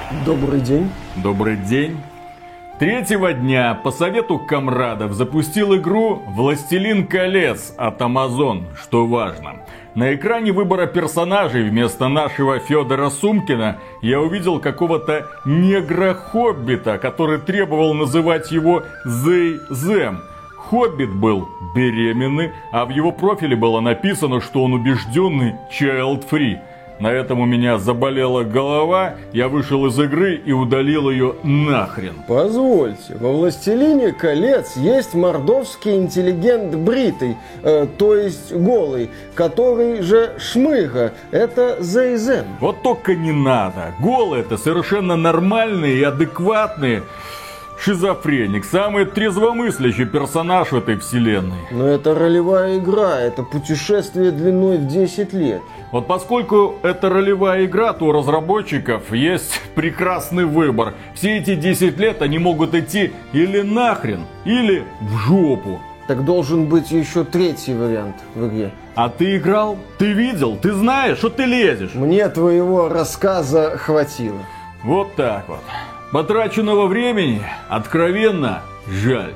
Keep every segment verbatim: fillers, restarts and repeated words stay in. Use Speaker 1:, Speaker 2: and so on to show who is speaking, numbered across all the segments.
Speaker 1: Добрый день.
Speaker 2: Добрый день. Третьего дня по совету комрадов запустил игру «Властелин колец» от Amazon, что важно. На экране выбора персонажей вместо нашего Федора Сумкина я увидел какого-то негра-хоббита, который требовал называть его Зей-Зем. Хоббит был беременный, а в его профиле было написано, что он убежденный child-free. На этом у меня заболела голова, я вышел из игры и удалил ее нахрен.
Speaker 1: Позвольте, во «Властелине колец» есть мордовский интеллигент бритый, э, то есть голый, который же шмыга, это Зей-Зем.
Speaker 2: Вот только не надо, голые это совершенно нормальные и адекватные. Шизофреник, самый трезвомыслящий персонаж в этой вселенной.
Speaker 1: Но это ролевая игра, это путешествие длиной в десять лет.
Speaker 2: Вот поскольку это ролевая игра, то у разработчиков есть прекрасный выбор. Все эти десять лет они могут идти или нахрен, или в жопу.
Speaker 1: Так должен быть еще третий вариант в игре.
Speaker 2: А ты играл? Ты видел? Ты знаешь, что ты лезешь?
Speaker 1: Мне твоего рассказа хватило.
Speaker 2: Вот так вот. Потраченного времени откровенно жаль.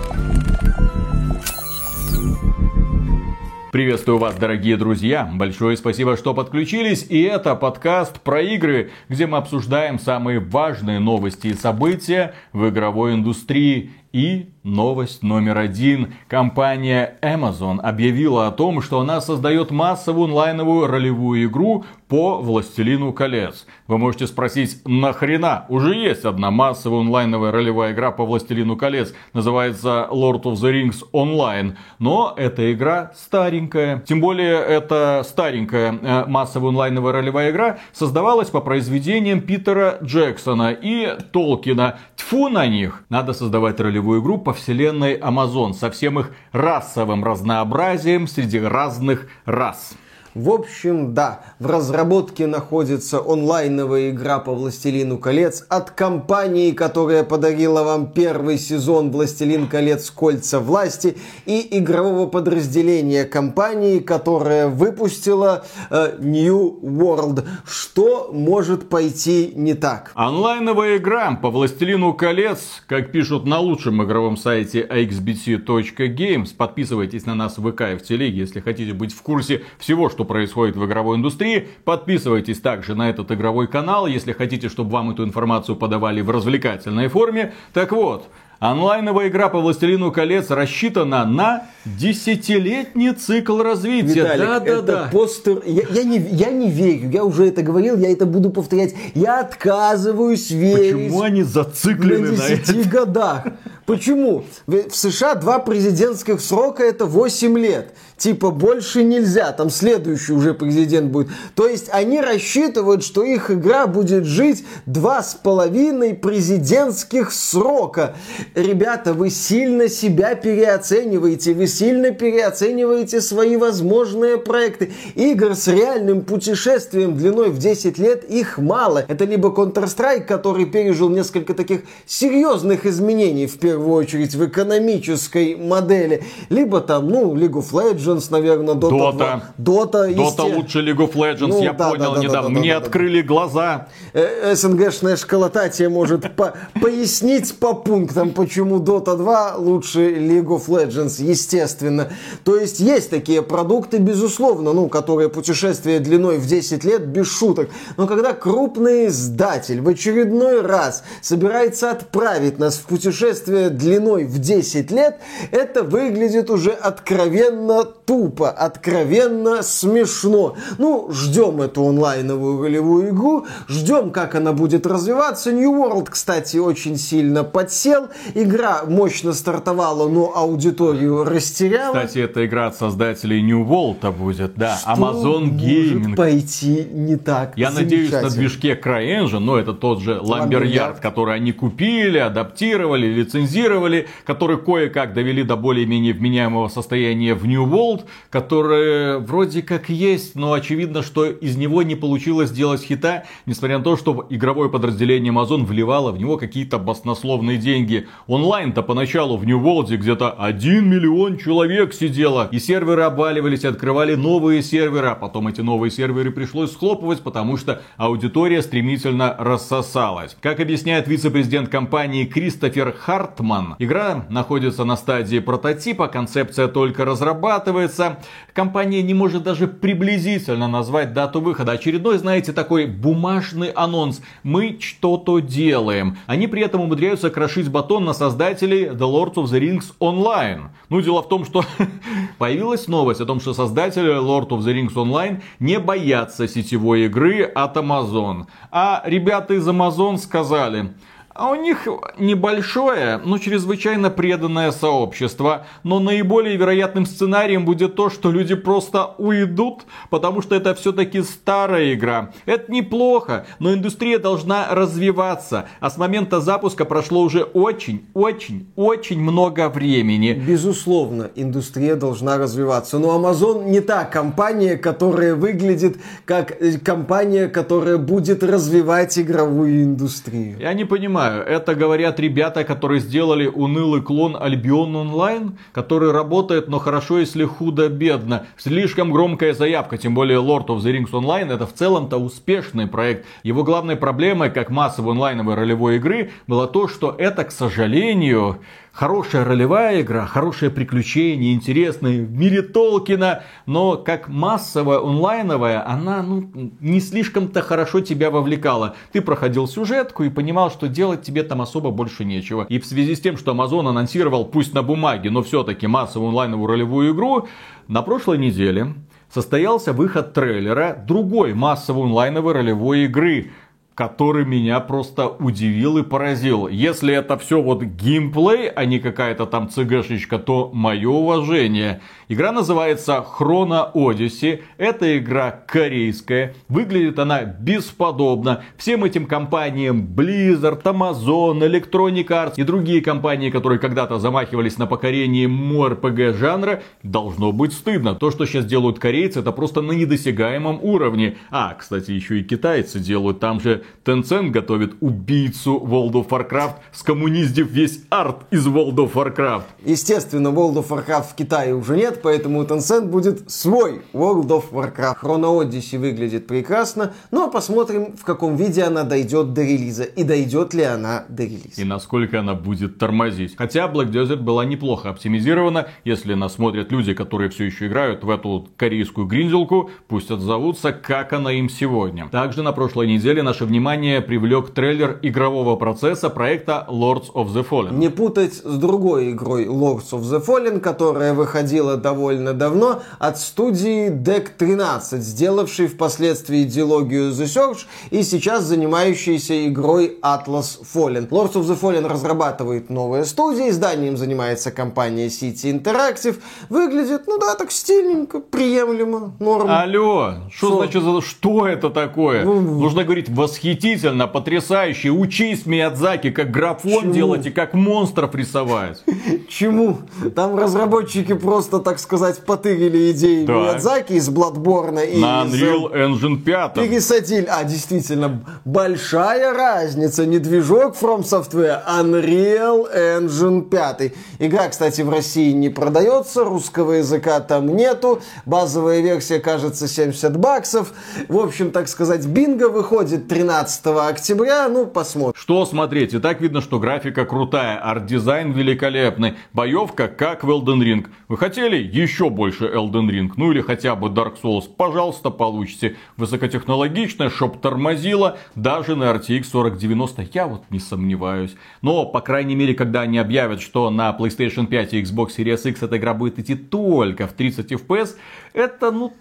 Speaker 2: Приветствую вас, дорогие друзья. Большое спасибо, что подключились. И это подкаст про игры, где мы обсуждаем самые важные новости и события в игровой индустрии. И новость номер один. Компания Amazon объявила о том, что она создает массовую онлайновую ролевую игру по «Властелину колец». Вы можете спросить, нахрена? Уже есть одна массовая онлайновая ролевая игра по «Властелину колец». Называется Lord of the Rings Online. Но эта игра старенькая. Тем более, эта старенькая э, массовая онлайновая ролевая игра создавалась по произведениям Питера Джексона и Толкина. Тьфу на них! Надо создавать ролевую игру по вселенной Amazon со всем их расовым разнообразием среди разных рас.
Speaker 1: В общем, да, в разработке находится онлайновая игра по «Властелину колец» от компании, которая подарила вам первый сезон «Властелин колец. Кольца власти», и игрового подразделения компании, которая выпустила э, New World. Что может пойти не так?
Speaker 2: Онлайновая игра по «Властелину колец», как пишут на лучшем игровом сайте икс би ти точка геймс. Подписывайтесь на нас в ВК и в Телеге, если хотите быть в курсе всего, что происходит в игровой индустрии. Подписывайтесь также на этот игровой канал, если хотите, чтобы вам эту информацию подавали в развлекательной форме. Так вот, онлайновая игра по «Властелину колец» рассчитана на десятилетний цикл развития.
Speaker 1: Виталик,
Speaker 2: да, да,
Speaker 1: это
Speaker 2: да.
Speaker 1: постер... Я, я, не, я не верю, я уже это говорил, я это буду повторять. Я отказываюсь верить.
Speaker 2: Почему они зациклены
Speaker 1: на десяти
Speaker 2: на это?
Speaker 1: годах? Почему? В США два президентских срока это восемь лет. Типа больше нельзя, там следующий уже президент будет. То есть они рассчитывают, что их игра будет жить два с половиной президентских срока. Ребята, вы сильно себя переоцениваете, вы сильно переоцениваете свои возможные проекты. Игр с реальным путешествием длиной в десять лет, их мало. Это либо Counter-Strike, который пережил несколько таких серьезных изменений, в первую очередь в экономической модели, либо там, ну, League of Legends, наверное, Dota два. Dota,
Speaker 2: Dota лучше League of Legends, ну, я да, понял да, да, недавно. Да, да, Мне да, открыли да. глаза.
Speaker 1: СНГшная школота тебе может по- пояснить по пунктам, почему Dota два лучше League of Legends, естественно. То есть есть такие продукты, безусловно, ну, которые путешествие длиной в десять лет, без шуток. Но когда крупный издатель в очередной раз собирается отправить нас в путешествие длиной в десять лет, это выглядит уже откровенно тупо, откровенно смешно. Ну, ждем эту онлайновую ролевую игру, ждем, как она будет развиваться. New World, кстати, очень сильно подсел. Игра мощно стартовала, но аудиторию растеряла.
Speaker 2: Кстати, эта игра от создателей New World будет, да.
Speaker 1: Что
Speaker 2: Amazon Gaming.
Speaker 1: Может пойти не так?
Speaker 2: Я надеюсь на движке CryEngine, но это тот же Lumberyard, который они купили, адаптировали, лицензировали, который кое-как довели до более-менее вменяемого состояния в New World. World, который вроде как есть, но очевидно, что из него не получилось сделать хита, несмотря на то, что игровое подразделение Amazon вливало в него какие-то баснословные деньги. Онлайн-то поначалу в New World где-то один миллион человек сидело, и серверы обваливались, открывали новые серверы, а потом эти новые серверы пришлось схлопывать, потому что аудитория стремительно рассосалась. Как объясняет вице-президент компании Кристофер Хартман, игра находится на стадии прототипа, концепция только разрабатывается, компания не может даже приблизительно назвать дату выхода. Очередной, знаете, такой бумажный анонс. Мы что-то делаем. Они при этом умудряются крошить батон на создателей The Lord of the Rings Online. Ну, дело в том, что появилась новость о том, что создатели Lord of the Rings Online не боятся сетевой игры от Amazon. А ребята из Amazon сказали... А у них небольшое, но чрезвычайно преданное сообщество. Но наиболее вероятным сценарием будет то, что люди просто уйдут, потому что это все-таки старая игра. Это неплохо, но индустрия должна развиваться. А с момента запуска прошло уже очень-очень-очень много времени.
Speaker 1: Безусловно, индустрия должна развиваться. Но Amazon не та компания, которая выглядит как компания, которая будет развивать игровую индустрию.
Speaker 2: Я не понимаю. Это говорят ребята, которые сделали унылый клон Albion Online, который работает, но хорошо, если худо-бедно. Слишком громкая заявка, тем более Lord of the Rings Online это в целом-то успешный проект. Его главной проблемой, как массовой онлайновой ролевой игры, было то, что это, к сожалению... Хорошая ролевая игра, хорошее приключение, интересное в мире Толкина, но как массовая онлайновая, она ну, не слишком-то хорошо тебя вовлекала. Ты проходил сюжетку и понимал, что делать тебе там особо больше нечего. И в связи с тем, что Amazon анонсировал, пусть на бумаге, но все-таки массовую онлайновую ролевую игру, на прошлой неделе состоялся выход трейлера другой массовой онлайновой ролевой игры, который меня просто удивил и поразил. Если это все вот геймплей, а не какая-то там цгэшечка, то мое уважение. Игра называется Chrono Odyssey. Это игра корейская. Выглядит она бесподобно. Всем этим компаниям Blizzard, Amazon, Electronic Arts и другие компании, которые когда-то замахивались на покорение ММО-РПГ жанра, должно быть стыдно. То, что сейчас делают корейцы, это просто на недосягаемом уровне. А, кстати, еще и китайцы делают. Там же Tencent готовит убийцу World of Warcraft, скоммуниздив весь арт из World of Warcraft.
Speaker 1: Естественно, World of Warcraft в Китае уже нет, поэтому у Tencent будет свой World of Warcraft. Chrono Odyssey выглядит прекрасно, но посмотрим, в каком виде она дойдет до релиза. И дойдет ли она до релиза.
Speaker 2: И насколько она будет тормозить. Хотя Black Desert была неплохо оптимизирована. Если нас смотрят люди, которые все еще играют в эту корейскую гринделку, пусть отзовутся, как она им сегодня. Также на прошлой неделе наше внимание привлек трейлер игрового процесса проекта Lords of the Fallen.
Speaker 1: Не путать с другой игрой Lords of the Fallen, которая выходила довольно давно от студии Deck тринадцать, сделавшей впоследствии дилогию The Surge и сейчас занимающейся игрой Atlas Fallen. Lords of the Fallen разрабатывает новая студия, изданием занимается компания City Interactive. Выглядит, ну да, так стильненько, приемлемо, норм.
Speaker 2: Алло, что значит, что это такое?
Speaker 1: Ну,
Speaker 2: Нужно говорить восхитительно, потрясающе. Учись, Миядзаки, как графон
Speaker 1: Чему?
Speaker 2: делать и как монстров рисовать.
Speaker 1: Чему? Там разработчики просто, так сказать, потырили идеи
Speaker 2: Да.
Speaker 1: Миядзаки из Bloodborne и
Speaker 2: На
Speaker 1: из
Speaker 2: Unreal Engine пять.
Speaker 1: пересадили. А, действительно, большая разница. Не движок From Software, а Unreal Engine пять. Игра, кстати, в России не продается, русского языка там нету. Базовая версия, кажется, семьдесят баксов. В общем, так сказать, бинго выходит тринадцатого октября. Ну, посмотрим.
Speaker 2: Что смотреть? И так видно, что графика крутая, арт-дизайн великолепный, боевка как в Elden Ring. Вы хотели еще больше Elden Ring? Ну или хотя бы Dark Souls? Пожалуйста, получите. Высокотехнологичная, чтоб тормозила даже на эр ти икс сорок девяносто. Я вот не сомневаюсь. Но, по крайней мере, когда они объявят, что на PlayStation пять и Xbox Series X эта игра будет идти только в тридцать эф пи эс, это, ну...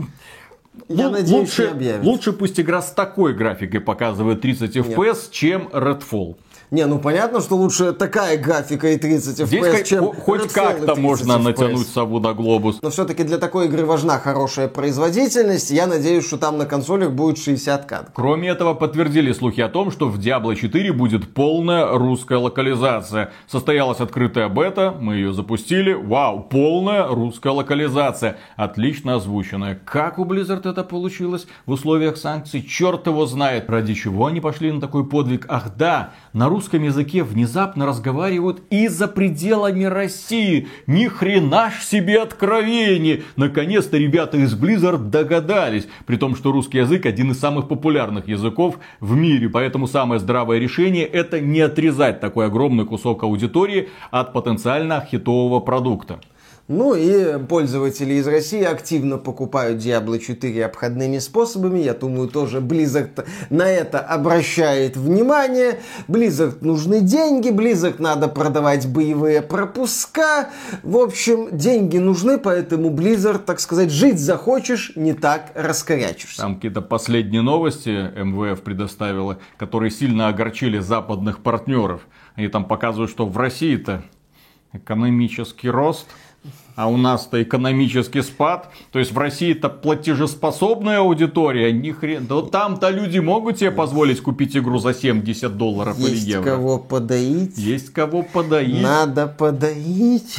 Speaker 1: Я
Speaker 2: ну,
Speaker 1: надеюсь,
Speaker 2: лучше,
Speaker 1: не объявят.
Speaker 2: лучше пусть игра с такой графикой показывает тридцать эф пи эс, чем Redfall.
Speaker 1: Не, ну понятно, что лучше такая графика и тридцать эф пи эс,
Speaker 2: Здесь
Speaker 1: чем
Speaker 2: хоть как-то можно натянуть сову на глобус.
Speaker 1: Но все-таки для такой игры важна хорошая производительность. Я надеюсь, что там на консолях будет шестьдесят кадров.
Speaker 2: Кроме этого, подтвердили слухи о том, что в Diablo четыре будет полная русская локализация. Состоялась открытая бета, мы ее запустили. Вау, полная русская локализация. Отлично озвученная. Как у Blizzard это получилось в условиях санкций? Черт его знает. Ради чего они пошли на такой подвиг? Ах да, на русском русском языке внезапно разговаривают и за пределами России. Ни хрена ж себе откровение. Наконец-то ребята из Blizzard догадались. При том, что русский язык один из самых популярных языков в мире. Поэтому самое здравое решение — это не отрезать такой огромный кусок аудитории от потенциально хитового продукта.
Speaker 1: Ну и пользователи из России активно покупают Diablo четыре обходными способами. Я думаю, тоже Blizzard на это обращает внимание. Blizzard нужны деньги, Blizzard надо продавать боевые пропуска. В общем, деньги нужны, поэтому Blizzard, так сказать, жить захочешь, не так раскорячишься.
Speaker 2: Там какие-то последние новости эм вэ эф предоставила, которые сильно огорчили западных партнеров. Они там показывают, что в России-то экономический рост, а у нас-то экономический спад. То есть в России-то платежеспособная аудитория. Ни хрен. Да там-то люди могут себе позволить купить игру за семьдесят долларов или евро.
Speaker 1: Есть кого подоить.
Speaker 2: Есть кого подоить.
Speaker 1: Надо подоить.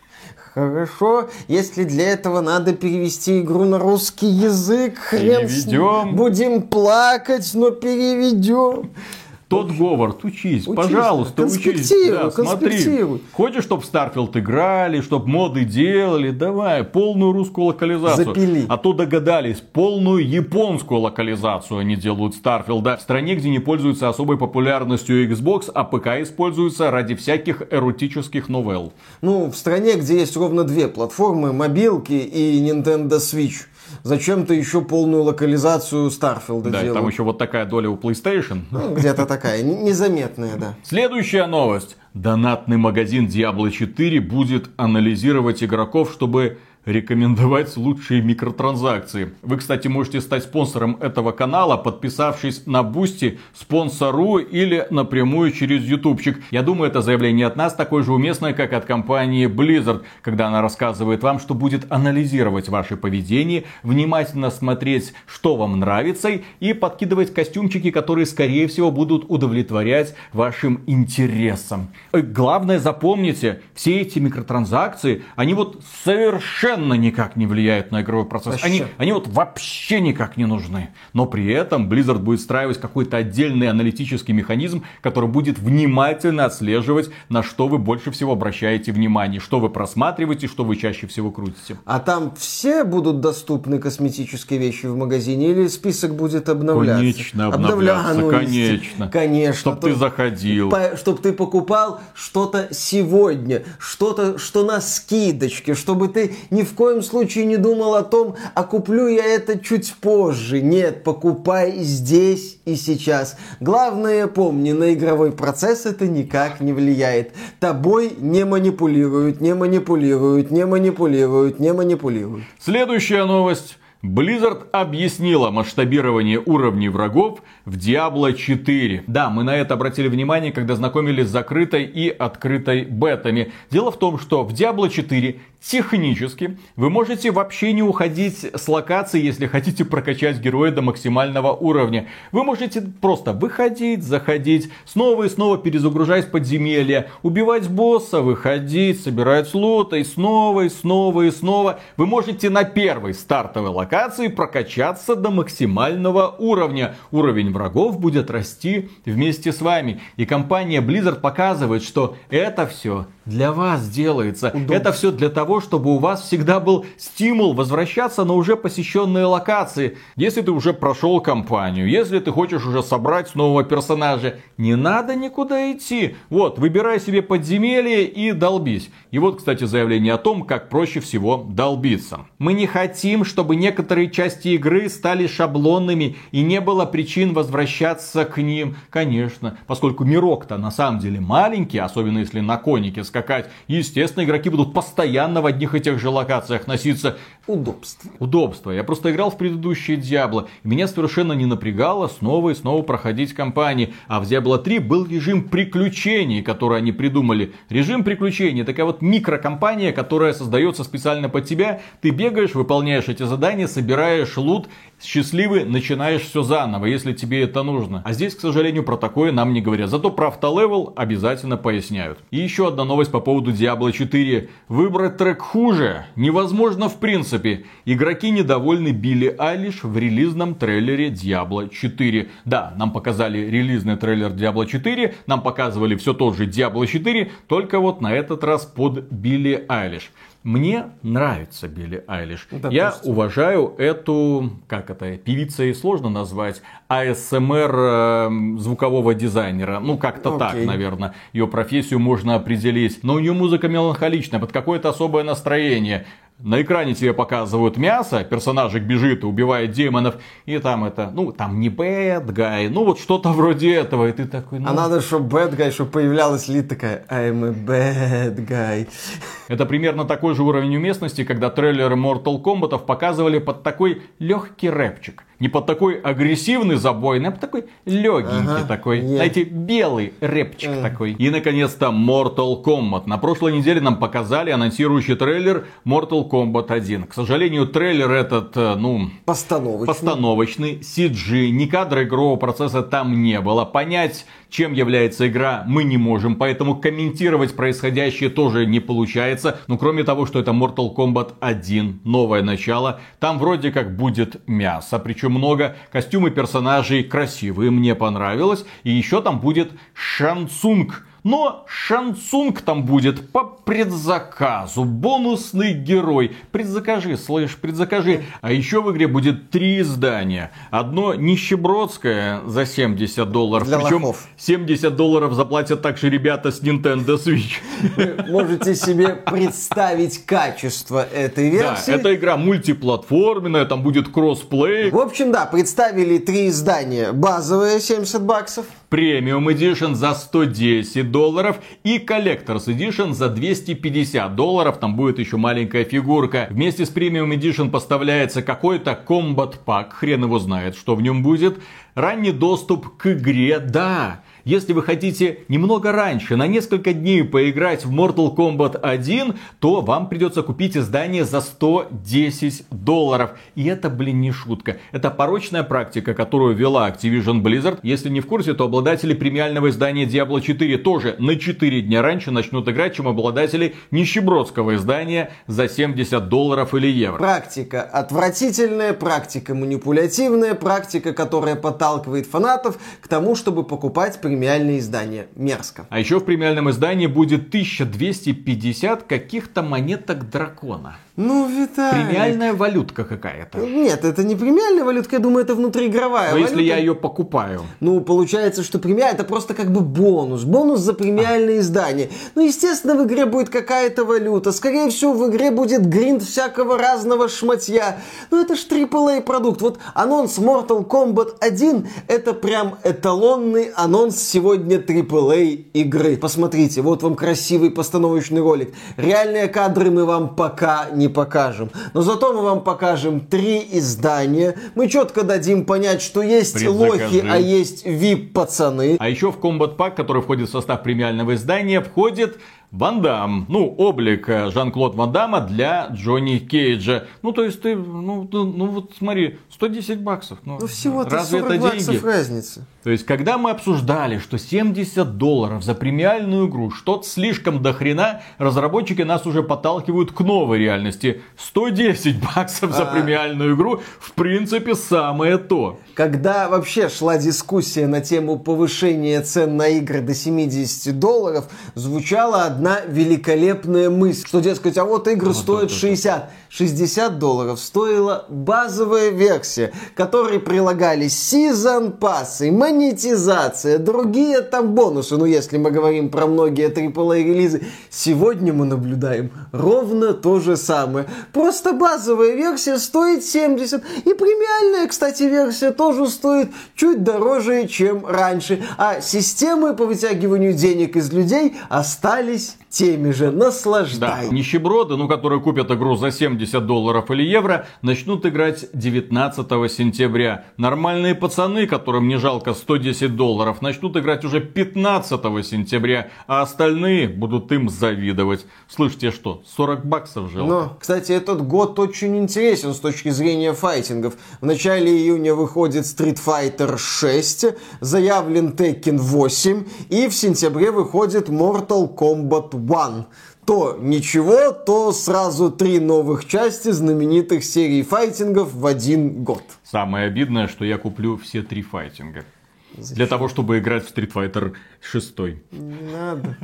Speaker 1: Хорошо, если для этого надо перевести игру на русский язык, хрен с ним. Будем плакать, но переведем.
Speaker 2: Тот Говард, учись,
Speaker 1: учись,
Speaker 2: пожалуйста, учись. Да, смотри, хочешь, чтобы в Starfield играли, чтобы моды делали, давай, полную русскую локализацию.
Speaker 1: Запили.
Speaker 2: А то догадались, полную японскую локализацию они делают Starfield. Да, в стране, где не пользуются особой популярностью Xbox, а ПК используется ради всяких эротических новелл.
Speaker 1: Ну, в стране, где есть ровно две платформы, мобилки и Nintendo Switch. Зачем-то еще полную локализацию Starfield
Speaker 2: да,
Speaker 1: делают.
Speaker 2: Там еще вот такая доля у PlayStation.
Speaker 1: Ну, где-то такая, незаметная, да.
Speaker 2: Следующая новость. Донатный магазин Diablo четыре будет анализировать игроков, чтобы рекомендовать лучшие микротранзакции. Вы, кстати, можете стать спонсором этого канала, подписавшись на Boosty, спонсору или напрямую через ютубчик. Я думаю, это заявление от нас такое же уместное, как от компании Blizzard, когда она рассказывает вам, что будет анализировать ваше поведение, внимательно смотреть, что вам нравится, и подкидывать костюмчики, которые, скорее всего, будут удовлетворять вашим интересам. Главное, запомните, все эти микротранзакции, они вот совершенно никак не влияют на игровой процесс. Они, они вот вообще никак не нужны. Но при этом Blizzard будет встраивать какой-то отдельный аналитический механизм, который будет внимательно отслеживать, на что вы больше всего обращаете внимание, что вы просматриваете, что вы чаще всего крутите.
Speaker 1: А там все будут доступны косметические вещи в магазине или список будет обновляться?
Speaker 2: Конечно, обновляться, Обновля... ну, конечно.
Speaker 1: Конечно.
Speaker 2: Чтоб ты заходил.
Speaker 1: По... Чтоб ты покупал что-то сегодня, что-то, что на скидочке, чтобы ты ни в коем случае не думал о том, а куплю я это чуть позже. Нет, покупай здесь и сейчас. Главное, помни, на игровой процесс это никак не влияет. Тобой не манипулируют, не манипулируют, не манипулируют, не манипулируют.
Speaker 2: Следующая новость. Blizzard объяснила масштабирование уровней врагов в Diablo четыре. Да, мы на это обратили внимание, когда знакомились с закрытой и открытой бетами. Дело в том, что в Diablo четыре технически вы можете вообще не уходить с локации, если хотите прокачать героя до максимального уровня. Вы можете просто выходить, заходить, снова и снова перезагружать подземелья, убивать босса, выходить, собирать лут, и снова и снова и снова. Вы можете на первой стартовой локации прокачаться до максимального уровня. Уровень врагов будет расти вместе с вами. И компания Blizzard показывает, что это все для вас делается. Удобно. Это все для того, чтобы у вас всегда был стимул возвращаться на уже посещенные локации. Если ты уже прошел кампанию, если ты хочешь уже собрать нового персонажа, не надо никуда идти. Вот, выбирай себе подземелье и долбись. И вот, кстати, заявление о том, как проще всего долбиться. Мы не хотим, чтобы некоторые части игры стали шаблонными и не было причин возвращаться к ним. Конечно, поскольку мирок-то на самом деле маленький, особенно если на конике скакать, естественно, игроки будут постоянно в одних и тех же локациях носиться.
Speaker 1: Удобство.
Speaker 2: Удобство. Я просто играл в предыдущие Diablo. Меня совершенно не напрягало снова и снова проходить кампании. А в Diablo три был режим приключений, который они придумали. Режим приключений. Такая вот микрокомпания, которая создается специально под тебя. Ты бегаешь, выполняешь эти задания, собираешь лут. Счастливый, начинаешь все заново, если тебе это нужно. А здесь, к сожалению, про такое нам не говорят. Зато про автолевел обязательно поясняют. И еще одна новость по поводу Diablo четыре. Выбрать трек хуже невозможно в принципе. Игроки недовольны Билли Айлиш в релизном трейлере Diablo четыре. Да, нам показали релизный трейлер Diablo четыре. Нам показывали все тот же Diablo четыре. Только вот на этот раз под Билли Айлиш. Мне нравится Билли Айлиш.
Speaker 1: Да,
Speaker 2: Я
Speaker 1: просто.
Speaker 2: уважаю эту, как это, певицей сложно назвать, а эс эм эр э, звукового дизайнера. Ну, как-то так, наверное. Ее профессию можно определить. Но у нее музыка меланхоличная, под какое-то особое настроение. На экране тебе показывают мясо, персонажик бежит и убивает демонов, и там это, ну, там не bad guy, ну, вот что-то вроде этого, и ты такой, ну...
Speaker 1: А надо, чтобы bad guy, чтобы появлялась ли такая I'm a bad guy.
Speaker 2: Это примерно такой же уровень уместности, когда трейлеры Mortal Kombat показывали под такой легкий рэпчик. Не под такой агрессивный забойный, а под такой легенький
Speaker 1: Ага,
Speaker 2: такой,
Speaker 1: yeah.
Speaker 2: знаете, белый рэпчик
Speaker 1: Mm.
Speaker 2: такой. И, наконец-то, Mortal Kombat. На прошлой неделе нам показали анонсирующий трейлер Mortal Kombat один. К сожалению, трейлер этот, ну...
Speaker 1: Постановочный.
Speaker 2: Постановочный, си джи, ни кадра игрового процесса там не было. Понять, чем является игра, мы не можем, поэтому комментировать происходящее тоже не получается. Ну, кроме того, что это Mortal Kombat один, новое начало, там вроде как будет мясо, причем много. Костюмы персонажей красивые, мне понравилось. И еще там будет Шан Цунг. Но Шан Цунг там будет по предзаказу. Бонусный герой. Предзакажи, слышь, предзакажи. А еще в игре будет три издания. Одно нищебродское за семьдесят долларов.
Speaker 1: Для
Speaker 2: Причем
Speaker 1: лохов.
Speaker 2: семьдесят долларов заплатят также ребята с Nintendo Switch.
Speaker 1: Вы можете себе представить качество этой версии.
Speaker 2: Да, эта игра мультиплатформенная, там будет кроссплей.
Speaker 1: В общем, да, представили три издания. Базовые семьдесят баксов.
Speaker 2: Премиум Edition за сто десять долларов и Collector's Edition за двести пятьдесят долларов. Там будет еще маленькая фигурка. Вместе с Premium Edition поставляется какой-то Combat Pack. Хрен его знает, что в нем будет. Ранний доступ к игре, да. Если вы хотите немного раньше, на несколько дней поиграть в Mortal Kombat один, то вам придется купить издание за сто десять долларов. И это, блин, не шутка. Это порочная практика, которую вела Activision Blizzard. Если не в курсе, то обладатели премиального издания Diablo четыре тоже на четыре дня раньше начнут играть, чем обладатели нищебродского издания за семьдесят долларов или евро.
Speaker 1: Практика отвратительная, практика манипулятивная, практика, которая подталкивает фанатов к тому, чтобы покупать премиальные издания. Мерзко.
Speaker 2: А еще в премиальном издании будет тысяча двести пятьдесят каких-то монеток дракона.
Speaker 1: Ну, Виталий.
Speaker 2: Премиальная валютка какая-то.
Speaker 1: Нет, это не премиальная валютка, я думаю, это внутриигровая
Speaker 2: Но
Speaker 1: валюта.
Speaker 2: если я ее покупаю.
Speaker 1: Ну, получается, что премиальная, это просто как бы бонус. Бонус за премиальное издание. Ну, естественно, в игре будет какая-то валюта. Скорее всего, в игре будет гринд всякого разного шматья. Ну, это ж трипл эй продукт. Вот анонс Mortal Kombat один, это прям эталонный анонс сегодня трипл эй игры. Посмотрите, вот вам красивый постановочный ролик. Реальные кадры мы вам пока не покажем. Но зато мы вам покажем три издания. Мы четко дадим понять, что есть
Speaker 2: Предзакажи.
Speaker 1: лохи, а есть ви ай пи-пацаны.
Speaker 2: А еще в Combat Pack, который входит в состав премиального издания, входит Ван Дам. Ну, облик Жан-Клод Ван Дамма для Джонни Кейджа. Ну, то есть ты, ну, ну, ну вот смотри, сто десять баксов. Ну,
Speaker 1: Ну, всего-то
Speaker 2: разве
Speaker 1: сорок
Speaker 2: это
Speaker 1: баксов
Speaker 2: деньги?
Speaker 1: разница.
Speaker 2: То есть, когда мы обсуждали, что семьдесят долларов за премиальную игру что-то слишком дохрена, разработчики нас уже подталкивают к новой реальности. сто десять баксов за
Speaker 1: А.
Speaker 2: премиальную игру, в принципе, самое то.
Speaker 1: Когда вообще шла дискуссия на тему повышения цен на игры до семьдесят долларов, звучала одна великолепная мысль, что, дескать, а вот игры
Speaker 2: Вот
Speaker 1: стоят
Speaker 2: это
Speaker 1: шестьдесят. шестьдесят долларов стоила базовая версия, к которой прилагались сезон пассы, монетизация, другие там бонусы. Ну, если мы говорим про многие трипл эй релизы, сегодня мы наблюдаем ровно то же самое. Просто базовая версия стоит семьдесят, и премиальная, кстати, версия тоже стоит чуть дороже, чем раньше. А системы по вытягиванию денег из людей остались теми же, наслаждай.
Speaker 2: Да. Нищеброды, ну, которые купят игру за семьдесят долларов или евро, начнут играть девятнадцатого сентября. Нормальные пацаны, которым не жалко сто десять долларов, начнут играть уже пятнадцатого сентября, а остальные будут им завидовать. Слышите, что, сорок баксов жалко?
Speaker 1: Но, кстати, этот год очень интересен с точки зрения файтингов. В начале июня выходит Street Fighter шесть, заявлен Tekken восемь, и в сентябре выходит Mortal Kombat один. То ничего, то сразу три новых части знаменитых серий файтингов в один год.
Speaker 2: Самое обидное, что я куплю все три файтинга. Зачем? Для того, чтобы играть в Street Fighter шесть.
Speaker 1: Не надо.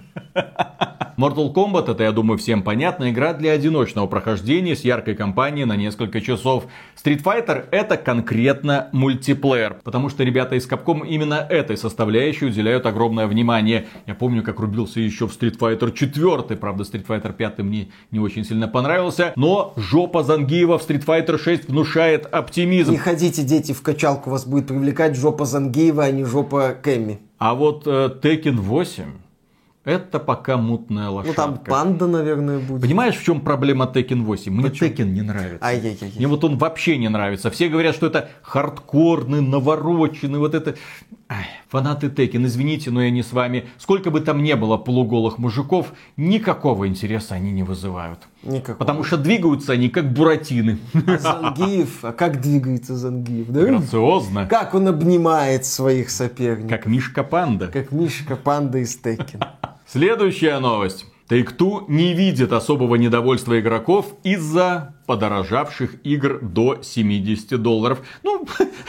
Speaker 2: Mortal Kombat, это, я думаю, всем понятно, игра для одиночного прохождения с яркой кампанией на несколько часов. Street Fighter это конкретно мультиплеер, потому что ребята из Capcom именно этой составляющей уделяют огромное внимание. Я помню, как рубился еще в Street Fighter четыре, правда, Street Fighter пять мне не очень сильно понравился, но жопа Зангиева в Street Fighter шесть внушает оптимизм.
Speaker 1: Не ходите, дети, в качалку, вас будет привлекать жопа Зангиева, а не жопа Кэмми.
Speaker 2: А вот э, Tekken восемь... это пока мутная лошадка.
Speaker 1: Ну там панда, наверное, будет.
Speaker 2: Понимаешь, в чем проблема Tekken восемь? Мне
Speaker 1: Почему?
Speaker 2: Tekken не нравится.
Speaker 1: Ай-яй-яй.
Speaker 2: Мне вот он вообще не нравится. Все говорят, что это хардкорный, навороченный, вот это... Ай, фанаты Tekken, извините, но я не с вами. Сколько бы там не было полуголых мужиков, никакого интереса они не вызывают.
Speaker 1: Никакого.
Speaker 2: Потому что двигаются они как буратины.
Speaker 1: А Зангиев, а как двигается Зангиев? Да?
Speaker 2: Грациозно.
Speaker 1: Как он обнимает своих соперников.
Speaker 2: Как Мишка Панда.
Speaker 1: Как Мишка Панда из Tekken.
Speaker 2: Следующая новость. Take-Two не видит особого недовольства игроков из-за подорожавших игр до семьдесят долларов. Ну,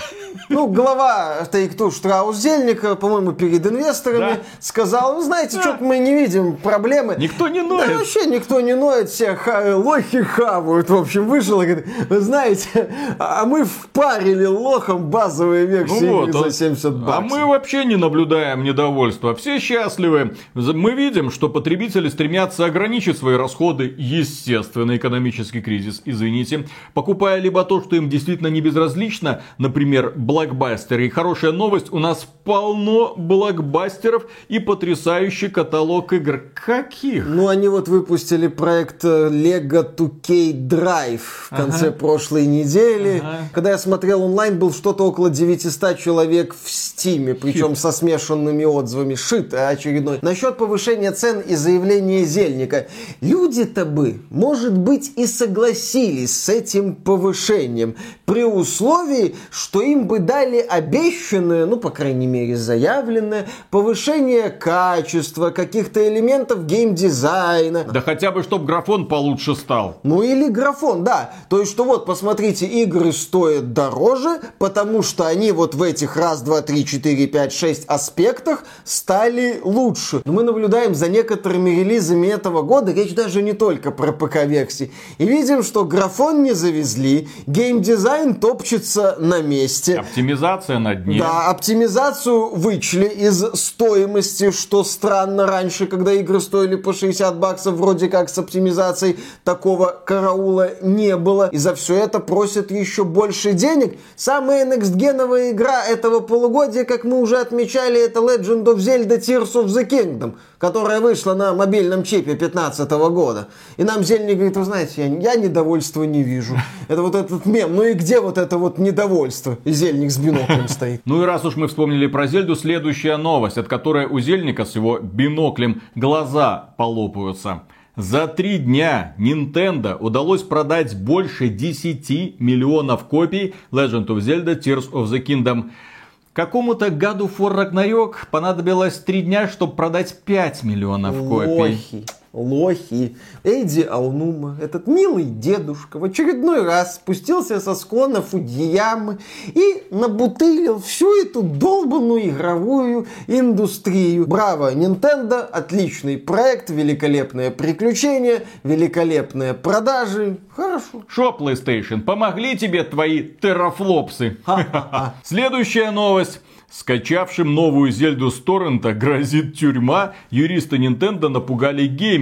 Speaker 1: ну глава Take-Two Штраус Зельник, по-моему, перед инвесторами да. сказал, вы знаете, да. что-то мы не видим проблемы.
Speaker 2: Никто не ноет.
Speaker 1: Да вообще никто не ноет, все ха- лохи хавают. В общем, вышел и говорит, вы знаете, а мы впарили лохам базовые версии ну вот, за семьдесят баксов.
Speaker 2: А мы вообще не наблюдаем недовольства. Все счастливы. Мы видим, что потребители стремятся ограничить свои расходы. Естественно, экономический кризис. Извините, покупая либо то, что им действительно не безразлично, например, блокбастеры. И хорошая новость, у нас полно блокбастеров и потрясающий каталог игр. Каких?
Speaker 1: Ну, они вот выпустили проект Lego ту кей Drive в конце ага. прошлой недели. Ага. Когда я смотрел онлайн, был что-то около девятьсот человек в Стиме, причем Хит. со смешанными отзывами. Шит очередной. Насчет повышения цен и заявления Зельника. Люди-то бы, может быть, и согласились с этим повышением, при условии, что им бы дали обещанное, ну, по крайней мере, заявленное, повышение качества, каких-то элементов геймдизайна.
Speaker 2: Да хотя бы, чтобы графон получше стал.
Speaker 1: Ну, или графон, да. То есть, что вот, посмотрите, игры стоят дороже, потому что они вот в этих раз, два, три, четыре, пять, шесть аспектах стали лучше. Но мы наблюдаем за некоторыми релизами этого года, речь даже не только про ПК-версии, и видим, что графон не завезли, геймдизайн топчется на месте.
Speaker 2: Оптимизация на дне.
Speaker 1: Да, оптимизацию вычли из стоимости, что странно раньше, когда игры стоили по шестьдесят баксов, вроде как с оптимизацией такого караула не было. И за все это просят еще больше денег. Самая некстгеновая игра этого полугодия, как мы уже отмечали, это Legend of Zelda Tears of the Kingdom, которая вышла на мобильном чипе две тысячи пятнадцатого года. И нам Зельник говорит, вы знаете, я, я недовольства не вижу. Это вот этот мем. Ну и где вот это вот недовольство? И Зельник с биноклем стоит.
Speaker 2: Ну и раз уж мы вспомнили про Зельду, следующая новость, от которой у Зельника с его биноклем глаза полопаются. За три дня Nintendo удалось продать больше десять миллионов копий Legend of Zelda Tears of the Kingdom. Какому-то году for Ragnarok понадобилось три дня, чтобы продать пять миллионов копий.
Speaker 1: Лохи. Лохи. Эйди Аонума, этот милый дедушка, в очередной раз спустился со склона Фудзиямы и набутылил всю эту долбанную игровую индустрию. Браво, Nintendo, отличный проект, великолепное приключение, великолепные продажи. Хорошо.
Speaker 2: Шо, PlayStation, помогли тебе твои террафлопсы? Следующая новость. Скачавшим новую Зельду с торрента грозит тюрьма. Юристы Nintendo напугали геймеров.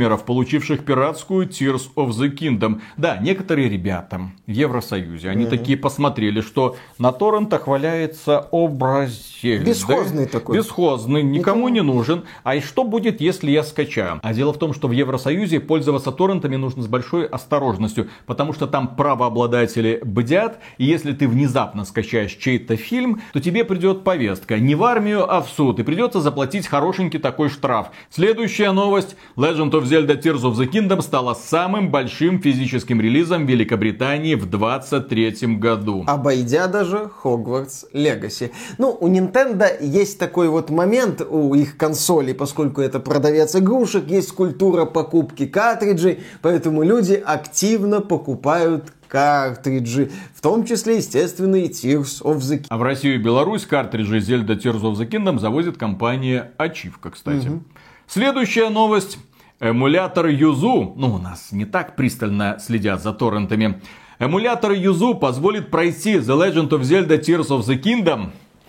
Speaker 2: геймеров, получивших пиратскую Tears of the Kingdom. Да, некоторые ребята в Евросоюзе, они mm-hmm. такие посмотрели, что на торрентах валяется образец.
Speaker 1: Бесхозный
Speaker 2: да?
Speaker 1: такой.
Speaker 2: Бесхозный, никому не нужен. А и что будет, если я скачаю? А дело в том, что в Евросоюзе пользоваться торрентами нужно с большой осторожностью, потому что там правообладатели бдят, и если ты внезапно скачаешь чей-то фильм, то тебе придет повестка не в армию, а в суд, и придется заплатить хорошенький такой штраф. Следующая новость. Legend of Zelda Tears of the Kingdom стала самым большим физическим релизом в Великобритании в двадцать третьем году.
Speaker 1: Обойдя даже Hogwarts Legacy. Ну, у Nintendo есть такой вот момент у их консолей, поскольку это продавец игрушек, есть культура покупки картриджей, поэтому люди активно покупают картриджи, в том числе, естественно, и Tears of the Kingdom.
Speaker 2: А в Россию и Беларусь картриджи Zelda Tears of the Kingdom завозит компания Ачивка, кстати. Угу. Следующая новость. Эмулятор Юзу, ну у нас не так пристально следят за торрентами. Эмулятор Юзу позволит пройти The Legend of Zelda Tears of the Kingdom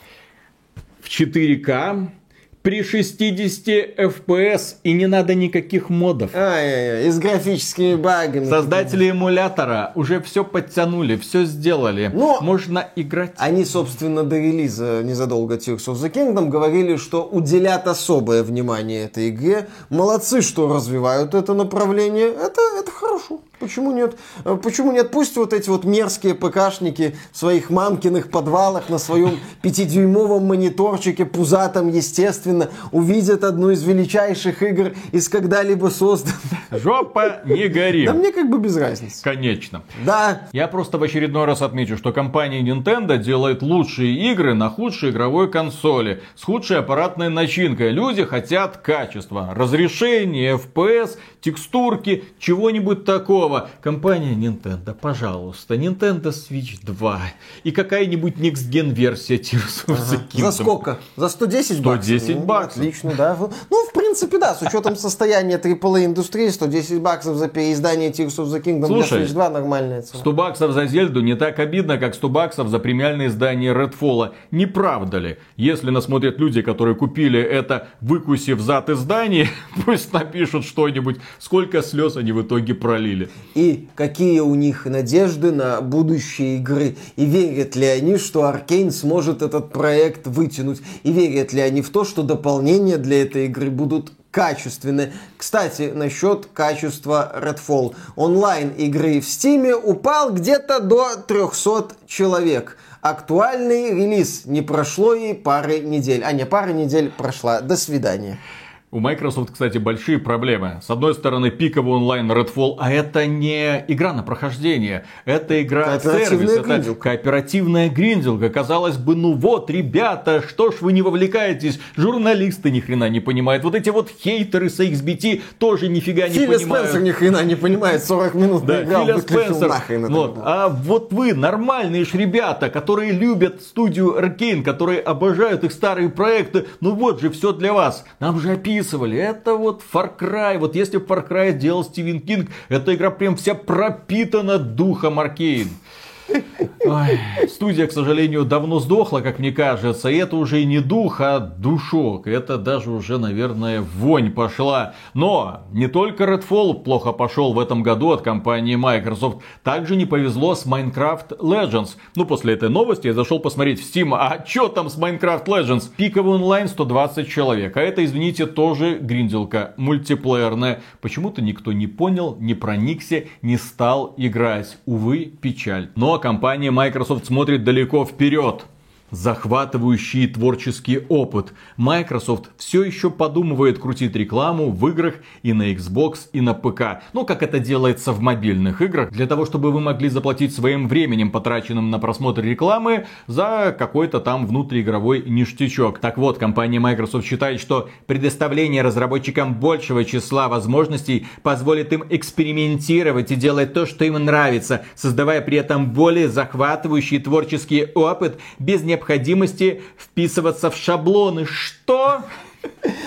Speaker 2: в четыре ка при шестидесяти эф пи эс, и не надо никаких модов.
Speaker 1: Ай-яй-яй, и с графическими багами.
Speaker 2: Создатели эмулятора уже все подтянули, все сделали. Но можно играть.
Speaker 1: Они, собственно, до релиза незадолго Tears of the Kingdom говорили, что уделят особое внимание этой игре. Молодцы, что развивают это направление. Это, это хорошо. Почему нет? Почему нет? Пусть вот эти вот мерзкие ПКшники в своих мамкиных подвалах на своем пятидюймовом мониторчике, пузатом, естественно, увидят одну из величайших игр из когда-либо созданных.
Speaker 2: Жопа не гори.
Speaker 1: Да мне как бы без разницы.
Speaker 2: Конечно.
Speaker 1: Да.
Speaker 2: Я просто в очередной раз отмечу, что компания Nintendo делает лучшие игры на худшей игровой консоли, с худшей аппаратной начинкой. Люди хотят качества, разрешения, эф пи эс, текстурки, чего-нибудь такого. Компания Nintendo, пожалуйста, Nintendo Switch два и какая-нибудь Next Gen версия Tears of the Kingdom.
Speaker 1: За сколько? За сто десять баксов?
Speaker 2: сто десять баксов.
Speaker 1: Отлично, да. Ну, в принципе, да, с учетом состояния трипл эй индустрии, сто десять баксов за переиздание Tears of the Kingdom.
Speaker 2: Слушай,
Speaker 1: для Switch два нормальная цена.
Speaker 2: сто баксов за Зельду не так обидно, как сто баксов за премиальное издание Redfall. Не правда ли? Если нас смотрят люди, которые купили это, выкусив зад издания, пусть напишут что-нибудь, сколько слез они в итоге пролили.
Speaker 1: И какие у них надежды на будущее игры. И верят ли они, что Аркейн сможет этот проект вытянуть. И верят ли они в то, что дополнения для этой игры будут качественные. Кстати, насчет качества Redfall. Онлайн игры в Стиме упал где-то до триста человек. Актуальный релиз не прошло и пары недель. А не, пара недель прошла. До свидания.
Speaker 2: У Microsoft, кстати, большие проблемы. С одной стороны, пиковый онлайн Redfall, а это не игра на прохождение. Это игра-сервис, это кооперативная гринделка. Казалось бы, ну вот, ребята, что ж вы не вовлекаетесь? Журналисты ни хрена не понимают. Вот эти вот хейтеры с икс би ти тоже нифига не
Speaker 1: Филя
Speaker 2: понимают.
Speaker 1: Спенсер ни хрена не понимает, сорок минут
Speaker 2: да,
Speaker 1: играл,
Speaker 2: Филя
Speaker 1: выключил
Speaker 2: Спенсер.
Speaker 1: нахрен.
Speaker 2: Вот. А вот вы, нормальные ж ребята, которые любят студию Arkane, которые обожают их старые проекты, ну вот же все для вас. Нам же описывали. Это вот Far Cry. Вот если бы Far Cry делал Стивен Кинг, эта игра прям вся пропитана духом Arkane. Ой, студия, к сожалению, давно сдохла, как мне кажется. И это уже не дух, а душок. Это даже уже, наверное, вонь пошла. Но не только Redfall плохо пошел в этом году от компании Microsoft. Также не повезло с Minecraft Legends. Ну, после этой новости я зашел посмотреть в Steam. А что там с Minecraft Legends? Пиковый онлайн сто двадцать человек. А это, извините, тоже гринделка мультиплеерная. Почему-то никто не понял, не проникся, не стал играть. Увы, печаль. Но компания Microsoft смотрит далеко вперед. Захватывающий творческий опыт. Microsoft все еще подумывает крутить рекламу в играх и на Xbox, и на ПК. Ну, как это делается в мобильных играх. Для того, чтобы вы могли заплатить своим временем, потраченным на просмотр рекламы, за какой-то там внутриигровой ништячок. Так вот, компания Microsoft считает, что предоставление разработчикам большего числа возможностей позволит им экспериментировать и делать то, что им нравится, создавая при этом более захватывающий творческий опыт без необходимости вписываться в шаблоны. Что?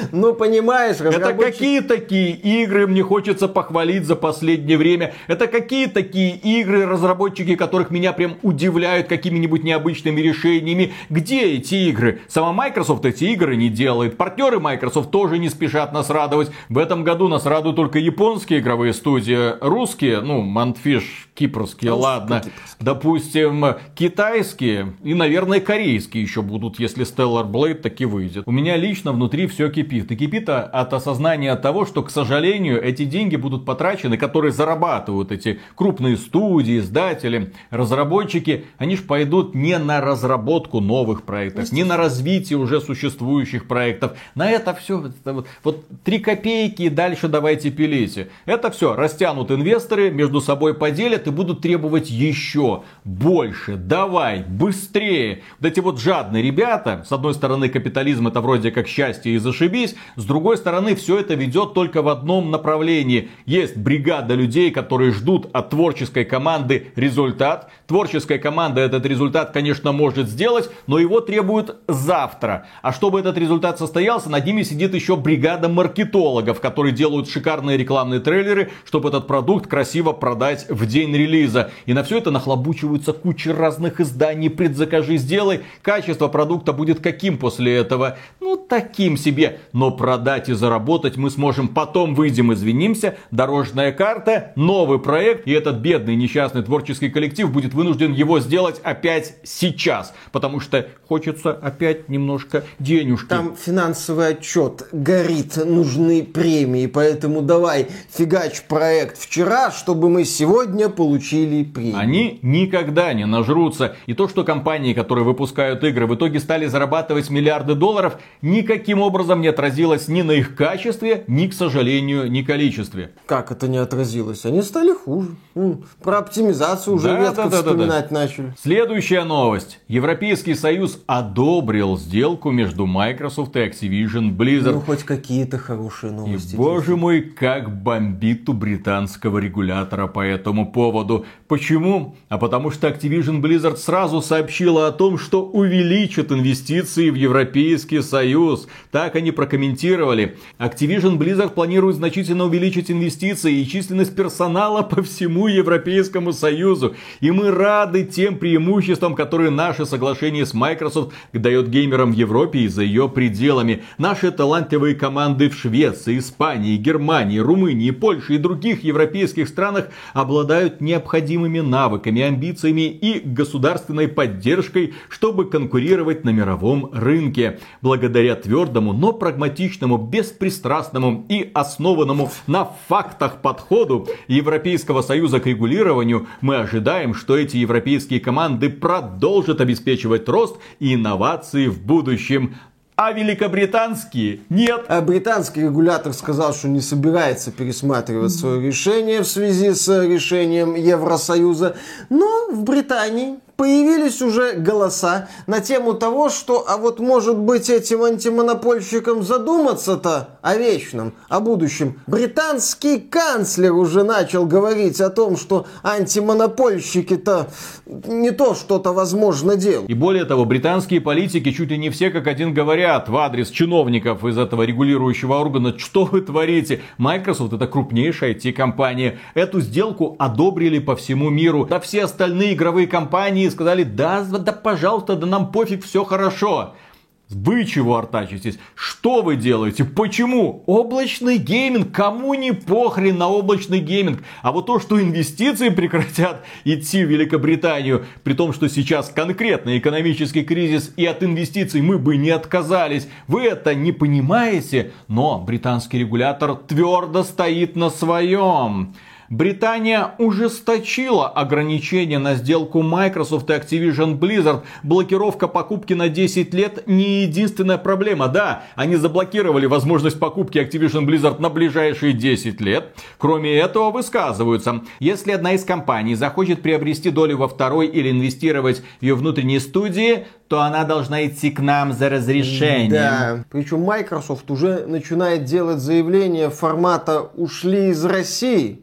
Speaker 1: Ну, понимаешь,
Speaker 2: разработчики... Это какие такие игры мне хочется похвалить за последнее время? Это какие такие игры, разработчики которых меня прям удивляют какими-нибудь необычными решениями? Где эти игры? Сама Microsoft эти игры не делает. Партнеры Microsoft тоже не спешат нас радовать. В этом году нас радуют только японские игровые студии. Русские, ну, Мантфиш, кипрские, Русские, ладно. Кипрские. Допустим, китайские и, наверное, корейские еще будут, если Stellar Blade таки выйдет. У меня лично внутри все кипит. И кипит от осознания того, что, к сожалению, эти деньги будут потрачены, которые зарабатывают эти крупные студии, издатели, разработчики. Они же пойдут не на разработку новых проектов, не на развитие уже существующих проектов. На это все, вот, вот три копейки и дальше давайте пилите. Это все растянут инвесторы, между собой поделят и будут требовать еще больше. Давай, быстрее. Вот эти вот жадные ребята, с одной стороны, капитализм это вроде как счастье и зашибись, с другой стороны, все это ведет только в одном направлении. Есть бригада людей, которые ждут от творческой команды результат. Творческая команда этот результат, конечно, может сделать, но его требуют завтра. А чтобы этот результат состоялся, над ними сидит еще бригада маркетологов, которые делают шикарные рекламные трейлеры, чтобы этот продукт красиво продать в день релиза. И на все это нахлобучиваются куча разных изданий, предзакажи, сделай. Качество продукта будет каким после этого? Ну, таким себе. Но продать и заработать мы сможем. Потом выйдем, извинимся, дорожная карта, новый проект. И этот бедный несчастный творческий коллектив будет вынужден его сделать опять сейчас. Потому что хочется опять немножко денежки.
Speaker 1: Там финансовый отчет горит, нужны премии. Поэтому давай фигач проект вчера, чтобы мы сегодня получили премии.
Speaker 2: Они никогда не нажрутся. И то, что компании, которые выпускают игры, в итоге стали зарабатывать миллиарды долларов, никаким образом не отразилось ни на их качестве, ни, к сожалению, ни количестве.
Speaker 1: Как это не отразилось? Они стали хуже. Про оптимизацию уже да, редко да, да, вспоминать да, да. начали.
Speaker 2: Следующая новость. Европейский Союз одобрил сделку между Microsoft и Activision Blizzard.
Speaker 1: Ну, хоть какие-то хорошие новости.
Speaker 2: И, боже мой, как бомбит у британского регулятора по этому поводу. Почему? А потому что Activision Blizzard сразу сообщила о том, что увеличит инвестиции в Европейский Союз. Так они прокомментировали. Activision Blizzard планирует значительно увеличить инвестиции и численность персонала по всему Европейскому Союзу. И мы рады тем преимуществам, которые наше соглашение с Microsoft дает геймерам в Европе и за ее пределами. Наши талантливые команды в Швеции, Испании, Германии, Румынии, Польше и других европейских странах обладают необходимыми навыками, амбициями и государственной поддержкой, чтобы конкурировать на мировом рынке. Благодаря твердому, но прагматичному, беспристрастному и основанному на фактах подходу Европейского Союза к регулированию, мы ожидаем, что эти европейские команды продолжат обеспечивать рост и инновации в будущем. А великобританские нет.
Speaker 1: А британский регулятор сказал, что не собирается пересматривать свое решение в связи с решением Евросоюза. Но в Британии появились уже голоса на тему того, что, а вот может быть этим антимонопольщикам задуматься-то о вечном, о будущем. Британский канцлер уже начал говорить о том, что антимонопольщики-то не то что-то возможно делают.
Speaker 2: И более того, британские политики чуть ли не все как один говорят в адрес чиновников из этого регулирующего органа, что вы творите. Microsoft это крупнейшая ай ти-компания. Эту сделку одобрили по всему миру. Да все остальные игровые компании сказали, да, да, пожалуйста, да нам пофиг, все хорошо. Вы чего артачитесь? Что вы делаете? Почему? Облачный гейминг. Кому не похрен на облачный гейминг? А вот то, что инвестиции прекратят идти в Великобританию, при том, что сейчас конкретный экономический кризис и от инвестиций мы бы не отказались, вы это не понимаете? Но британский регулятор твердо стоит на своем. Британия ужесточила ограничения на сделку Microsoft и Activision Blizzard. Блокировка покупки на десять лет не единственная проблема. Да, они заблокировали возможность покупки Activision Blizzard на ближайшие десять лет. Кроме этого, высказываются, если одна из компаний захочет приобрести долю во второй или инвестировать в ее внутренние студии, то она должна идти к нам за разрешением.
Speaker 1: Да, причем Microsoft уже начинает делать заявления формата «ушли из России».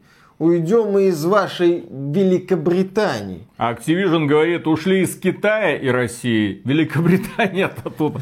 Speaker 1: уйдем мы из вашей Великобритании.
Speaker 2: Activision говорит, ушли из Китая и России. Великобритания-то тут.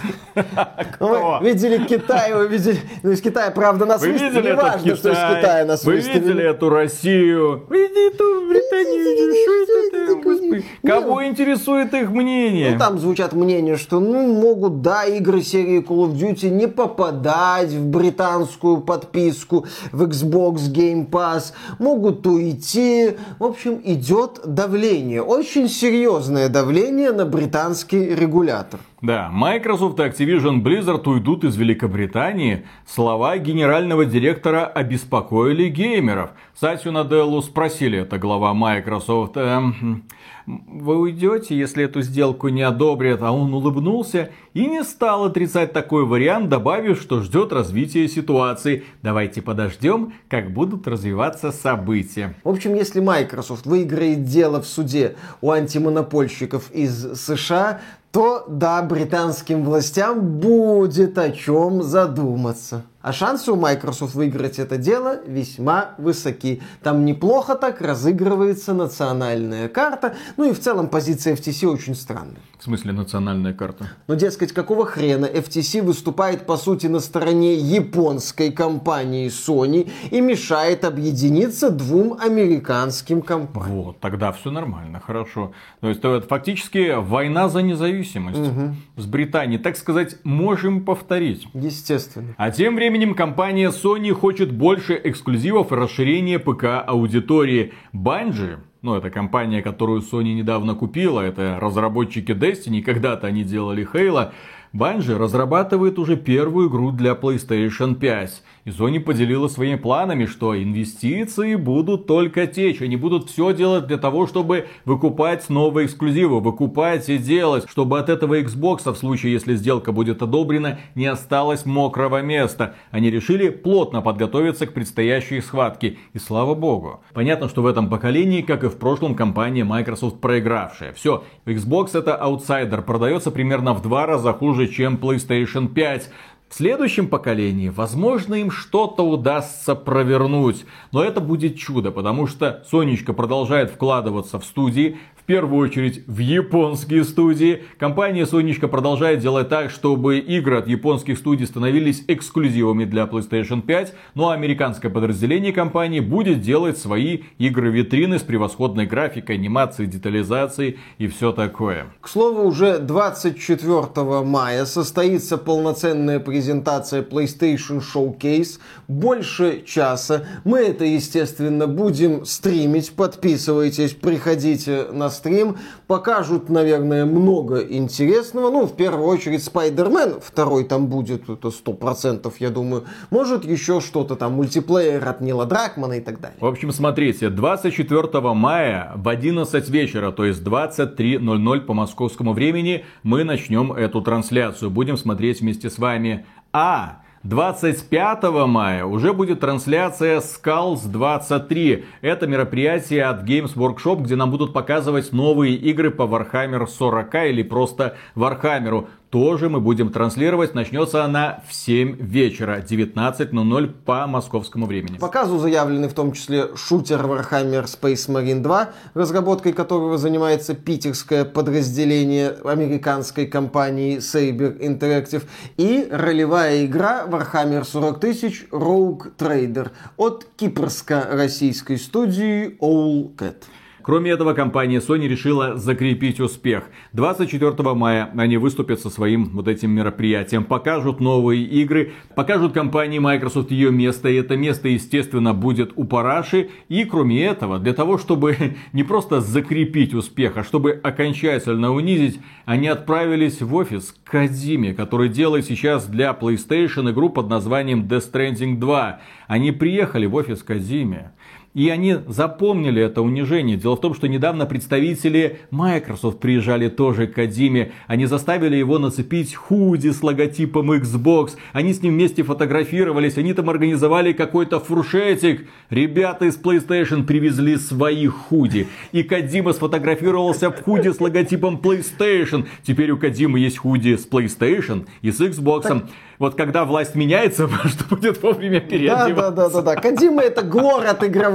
Speaker 1: Вы видели Китай, вы видели... Ну, из Китая, правда, нас
Speaker 2: вы
Speaker 1: выставили. Не важно, что из Китая нас
Speaker 2: вы
Speaker 1: выставили.
Speaker 2: Вы видели эту Россию? Вы видели эту Британию? Что это, господи? Кого интересует их мнение?
Speaker 1: Ну, там звучат мнения, что, ну, могут, да, игры серии Call of Duty не попадать в британскую подписку, в Xbox Game Pass, могут уйти. В общем, идет давление. Очень серьезное давление на британский регулятор.
Speaker 2: Да, Microsoft и Activision Blizzard уйдут из Великобритании. Слова генерального директора обеспокоили геймеров. Сатью Наделлу спросили, это глава Microsoft, эм, вы уйдете, если эту сделку не одобрят? А он улыбнулся и не стал отрицать такой вариант, добавив, что ждет развития ситуации. Давайте подождем, как будут развиваться события.
Speaker 1: В общем, если Microsoft выиграет дело в суде у антимонопольщиков из США, то да, британским властям будет о чем задуматься. А шансы у Microsoft выиграть это дело весьма высоки. Там неплохо так разыгрывается национальная карта. Ну и в целом позиция эф ти си очень странная.
Speaker 2: В смысле национальная карта?
Speaker 1: Ну, дескать, какого хрена эф ти си выступает, по сути, на стороне японской компании Sony и мешает объединиться двум американским компаниям.
Speaker 2: Вот, тогда все нормально, хорошо. То есть, это фактически война за независимость. Угу. С Британией, так сказать, можем повторить.
Speaker 1: Естественно.
Speaker 2: А тем временем компания Sony хочет больше эксклюзивов и расширения ПК-аудитории. Bungie, ну, это компания, которую Sony недавно купила, это разработчики Destiny, когда-то они делали Halo. Bungie разрабатывает уже первую игру для PlayStation пять. И Sony поделила своими планами, что инвестиции будут только течь. Они будут все делать для того, чтобы выкупать новые эксклюзивы, выкупать и делать, чтобы от этого Xbox, в случае, если сделка будет одобрена, не осталось мокрого места. Они решили плотно подготовиться к предстоящей схватке. И слава богу. Понятно, что в этом поколении, как и в прошлом, компания Microsoft проигравшая. Все, Xbox это аутсайдер, продается примерно в два раза хуже, чем PlayStation пять. В следующем поколении, возможно, им что-то удастся провернуть. Но это будет чудо, потому что Сонечка продолжает вкладываться в студии. В первую очередь в японские студии. Компания Сонечка продолжает делать так, чтобы игры от японских студий становились эксклюзивами для PlayStation пять. Ну а американское подразделение компании будет делать свои игры-витрины с превосходной графикой, анимацией, детализацией и все такое.
Speaker 1: К слову, уже двадцать четвёртого мая состоится полноценная презентация PlayStation Showcase. Больше часа. Мы это, естественно, будем стримить. Подписывайтесь, приходите на стрим. Покажут, наверное, много интересного. Ну, в первую очередь, Spider-Man. Второй там будет, это сто процентов, я думаю. Может, еще что-то там, мультиплеер от Нила Дракмана и так далее.
Speaker 2: В общем, смотрите, двадцать четвёртого мая в одиннадцать вечера, то есть двадцать три ноль ноль по московскому времени, мы начнем эту трансляцию. Будем смотреть вместе с вами. А двадцать пятого мая уже будет трансляция Skulls двадцать три. Это мероприятие от Games Workshop, где нам будут показывать новые игры по Warhammer сорок или просто Warhammer. Тоже мы будем транслировать. Начнется она в семь вечера, девятнадцать ноль ноль по московскому времени.
Speaker 1: К показу заявлены в том числе шутер Warhammer Space Marine два, разработкой которого занимается питерское подразделение американской компании Saber Interactive, и ролевая игра Warhammer сорок тысяч Rogue Trader от кипрско-российской студии Owlcat.
Speaker 2: Кроме этого, компания Sony решила закрепить успех. двадцать четвёртого мая они выступят со своим вот этим мероприятием, покажут новые игры, покажут компании Microsoft ее место, и это место, естественно, будет у параши. И кроме этого, для того, чтобы не просто закрепить успех, а чтобы окончательно унизить, они отправились в офис к Кодзиме, который делает сейчас для PlayStation игру под названием Death Stranding два. Они приехали в офис к Кодзиме. И они запомнили это унижение. Дело в том, что недавно представители Microsoft приезжали тоже к Кодзиме. Они заставили его нацепить худи с логотипом Xbox. Они с ним вместе фотографировались. Они там организовали какой-то фуршетик. Ребята из PlayStation привезли свои худи. И Кодзима сфотографировался в худи с логотипом PlayStation. Теперь у Кодзимы есть худи с PlayStation и с Xbox. Так... Вот когда власть меняется, что будет вовремя переодеваться.
Speaker 1: Да, да, да, да, да. Кодзима это город игровой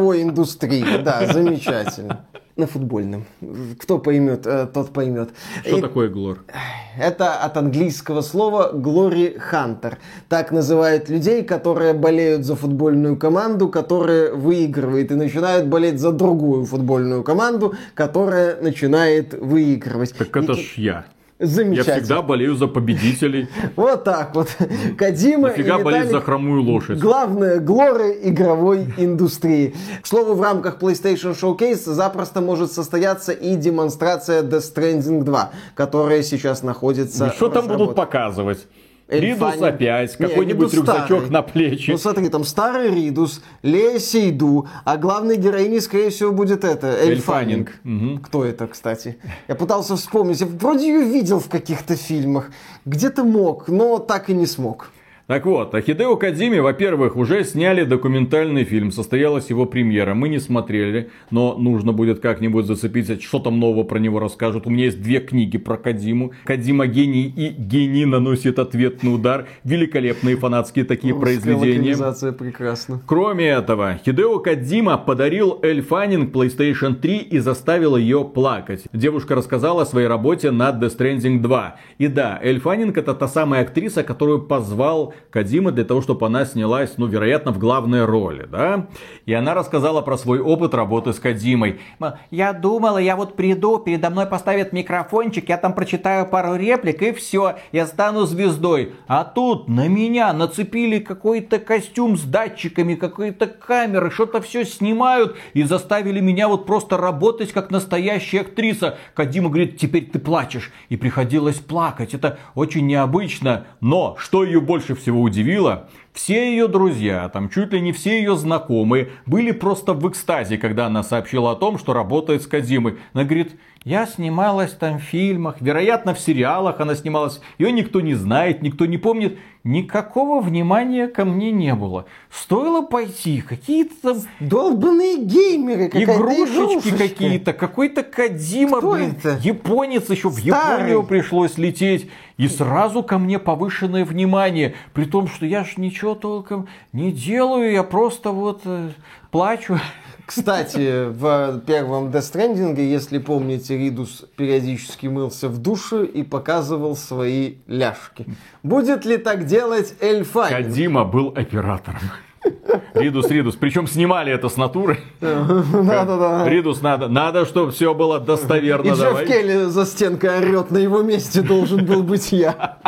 Speaker 1: игровой индустрии. Да, замечательно. На футбольном. Кто поймет, тот поймет.
Speaker 2: Что
Speaker 1: И...
Speaker 2: такое глор?
Speaker 1: Это от английского слова glory hunter. Так называют людей, которые болеют за футбольную команду, которая выигрывает, и начинают болеть за другую футбольную команду, которая начинает выигрывать.
Speaker 2: Так это
Speaker 1: и...
Speaker 2: ж я.
Speaker 1: Замечательно.
Speaker 2: Я всегда болею за победителей.
Speaker 1: Вот так вот. Кодзима и
Speaker 2: Нафига болеть
Speaker 1: Виталик
Speaker 2: за хромую лошадь?
Speaker 1: Главное, глоры игровой индустрии. К слову, в рамках PlayStation Showcase запросто может состояться и демонстрация Death Stranding два, которая сейчас находится.
Speaker 2: Что
Speaker 1: в
Speaker 2: там будут
Speaker 1: разработке.
Speaker 2: показывать?
Speaker 1: Эльфанин.
Speaker 2: Ридус опять,
Speaker 1: Не,
Speaker 2: какой-нибудь
Speaker 1: Ридус
Speaker 2: рюкзачок
Speaker 1: старый.
Speaker 2: на плечи.
Speaker 1: Ну смотри, там старый Ридус, Лея Сейду, а главной героиней, скорее всего, будет это, Эльфанинг.
Speaker 2: Эльфанинг. Угу.
Speaker 1: Кто это, кстати? Я пытался вспомнить. Я вроде ее видел в каких-то фильмах. Где-то мог, но так и не смог.
Speaker 2: Так вот, о Хидео Кодзиме, во-первых, уже сняли документальный фильм, состоялась его премьера, мы не смотрели, но нужно будет как-нибудь зацепиться, что там нового про него расскажут. У меня есть две книги про Кодзиму. Кодзима гений и гений наносит ответный удар. Великолепные фанатские такие
Speaker 1: Русская
Speaker 2: произведения.
Speaker 1: локализация прекрасна.
Speaker 2: Кроме этого, Хидео Кодзима подарил Эльфанинг PlayStation три и заставил ее плакать. Девушка рассказала о своей работе над Death Stranding два. И да, Эльфанинг это та самая актриса, которую позвал Кодзима для того, чтобы она снялась, ну, вероятно, в главной роли, да? И она рассказала про свой опыт работы с Кодзимой. Я думала, я вот приду, передо мной поставят микрофончик, я там прочитаю пару реплик и все, я стану звездой. А тут на меня нацепили какой-то костюм с датчиками, какие-то камеры, что-то все снимают и заставили меня вот просто работать как настоящая актриса. Кодзима говорит, теперь ты плачешь. И приходилось плакать. Это очень необычно. Но что ее больше всего всего удивило, все ее друзья, там чуть ли не все ее знакомые, были просто в экстазе, когда она сообщила о том, что работает с Кодзимой. Она говорит, я снималась там в фильмах, вероятно, в сериалах она снималась, ее никто не знает, никто не помнит. Никакого внимания ко мне не было. Стоило пойти, какие-то там...
Speaker 1: Долбаные геймеры, какая-то
Speaker 2: игрушечки
Speaker 1: игрушечка.
Speaker 2: какие-то, какой-то Кодзима,
Speaker 1: Кто
Speaker 2: блин,
Speaker 1: это?
Speaker 2: японец, еще в
Speaker 1: Старый.
Speaker 2: Японию пришлось лететь. И сразу ко мне повышенное внимание. При том, что я ж ничего толком не делаю, я просто вот э, плачу.
Speaker 1: Кстати, в первом Death Stranding, если помните, Ридус периодически мылся в душе и показывал свои ляжки. Будет ли так делать Эльфанинг?
Speaker 2: Кодзима был оператором. Ридус, Ридус. Причем снимали это с натуры.
Speaker 1: Да-да-да.
Speaker 2: Ридус, надо, надо, чтобы все было достоверно.
Speaker 1: И Джефф
Speaker 2: Давай.
Speaker 1: Келли за стенкой орет, на его месте должен был быть я.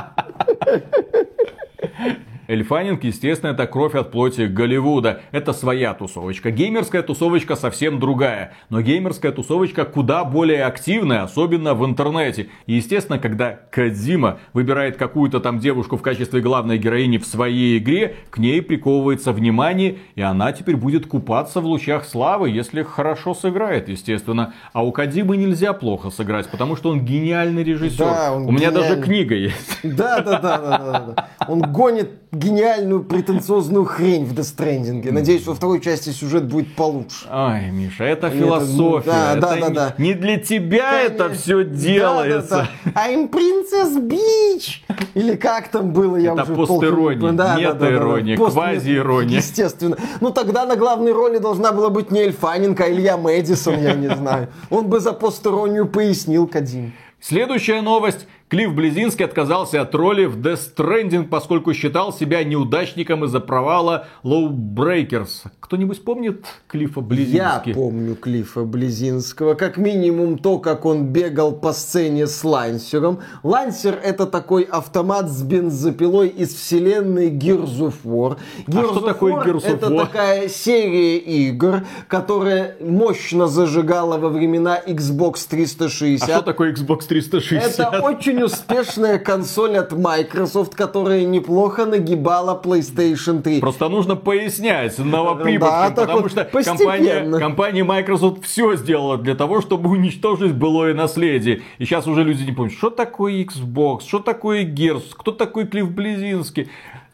Speaker 2: Эльфанинг, естественно, это кровь от плоти Голливуда. Это своя тусовочка. Геймерская тусовочка совсем другая. Но геймерская тусовочка куда более активная, особенно в интернете. И, естественно, когда Кодзима выбирает какую-то там девушку в качестве главной героини в своей игре, к ней приковывается внимание, и она теперь будет купаться в лучах славы, если хорошо сыграет, естественно. А у Кодзимы нельзя плохо сыграть, потому что он гениальный режиссер.
Speaker 1: Да, он
Speaker 2: у меня
Speaker 1: гениальный.
Speaker 2: даже книга есть.
Speaker 1: Да-да-да. Он гонит гениальную претенциозную хрень в Death Stranding. Надеюсь, во второй части сюжет будет получше.
Speaker 2: Ай, Миша, это
Speaker 1: Это,
Speaker 2: философия.
Speaker 1: да,
Speaker 2: это
Speaker 1: да,
Speaker 2: не,
Speaker 1: да, да.
Speaker 2: не для тебя это
Speaker 1: Конечно.
Speaker 2: все делается.
Speaker 1: Да, да, да. I'm Princess Beach! Или как там было, я
Speaker 2: Это
Speaker 1: уже
Speaker 2: постирония,
Speaker 1: толком- да, да, да, да, да.
Speaker 2: метаирония,
Speaker 1: Пост-
Speaker 2: квазиирония.
Speaker 1: Естественно. Ну тогда на главной роли должна была быть не Эльфанинг, а Илья Мэдисон, я не знаю. Он бы за постиронию пояснил Кодзим.
Speaker 2: Следующая новость. Клифф Близинский отказался от роли в Death Stranding, поскольку считал себя неудачником из-за провала Lawbreakers. Кто-нибудь помнит Клиффа
Speaker 1: Я
Speaker 2: Близински?
Speaker 1: помню Клиффа Близинского. Как минимум то, как он бегал по сцене с Лансером. Лансер — это такой автомат с бензопилой из вселенной Gears of War. Gears
Speaker 2: что
Speaker 1: of
Speaker 2: такое
Speaker 1: War
Speaker 2: Gears of
Speaker 1: это
Speaker 2: War?
Speaker 1: такая серия игр, которая мощно зажигала во времена Xbox триста
Speaker 2: А
Speaker 1: шестьдесят.
Speaker 2: что такое Xbox триста шестьдесят?
Speaker 1: Это очень успешная консоль от Microsoft, которая неплохо нагибала PlayStation три.
Speaker 2: Просто нужно пояснять новоприбывшим,
Speaker 1: Да, так
Speaker 2: потому
Speaker 1: вот
Speaker 2: что
Speaker 1: постепенно.
Speaker 2: компания, компания Microsoft все сделала для того, чтобы уничтожить былое наследие. И сейчас уже люди не помнят, что такое Xbox, что такое Gears, кто такой Клифф Близинский.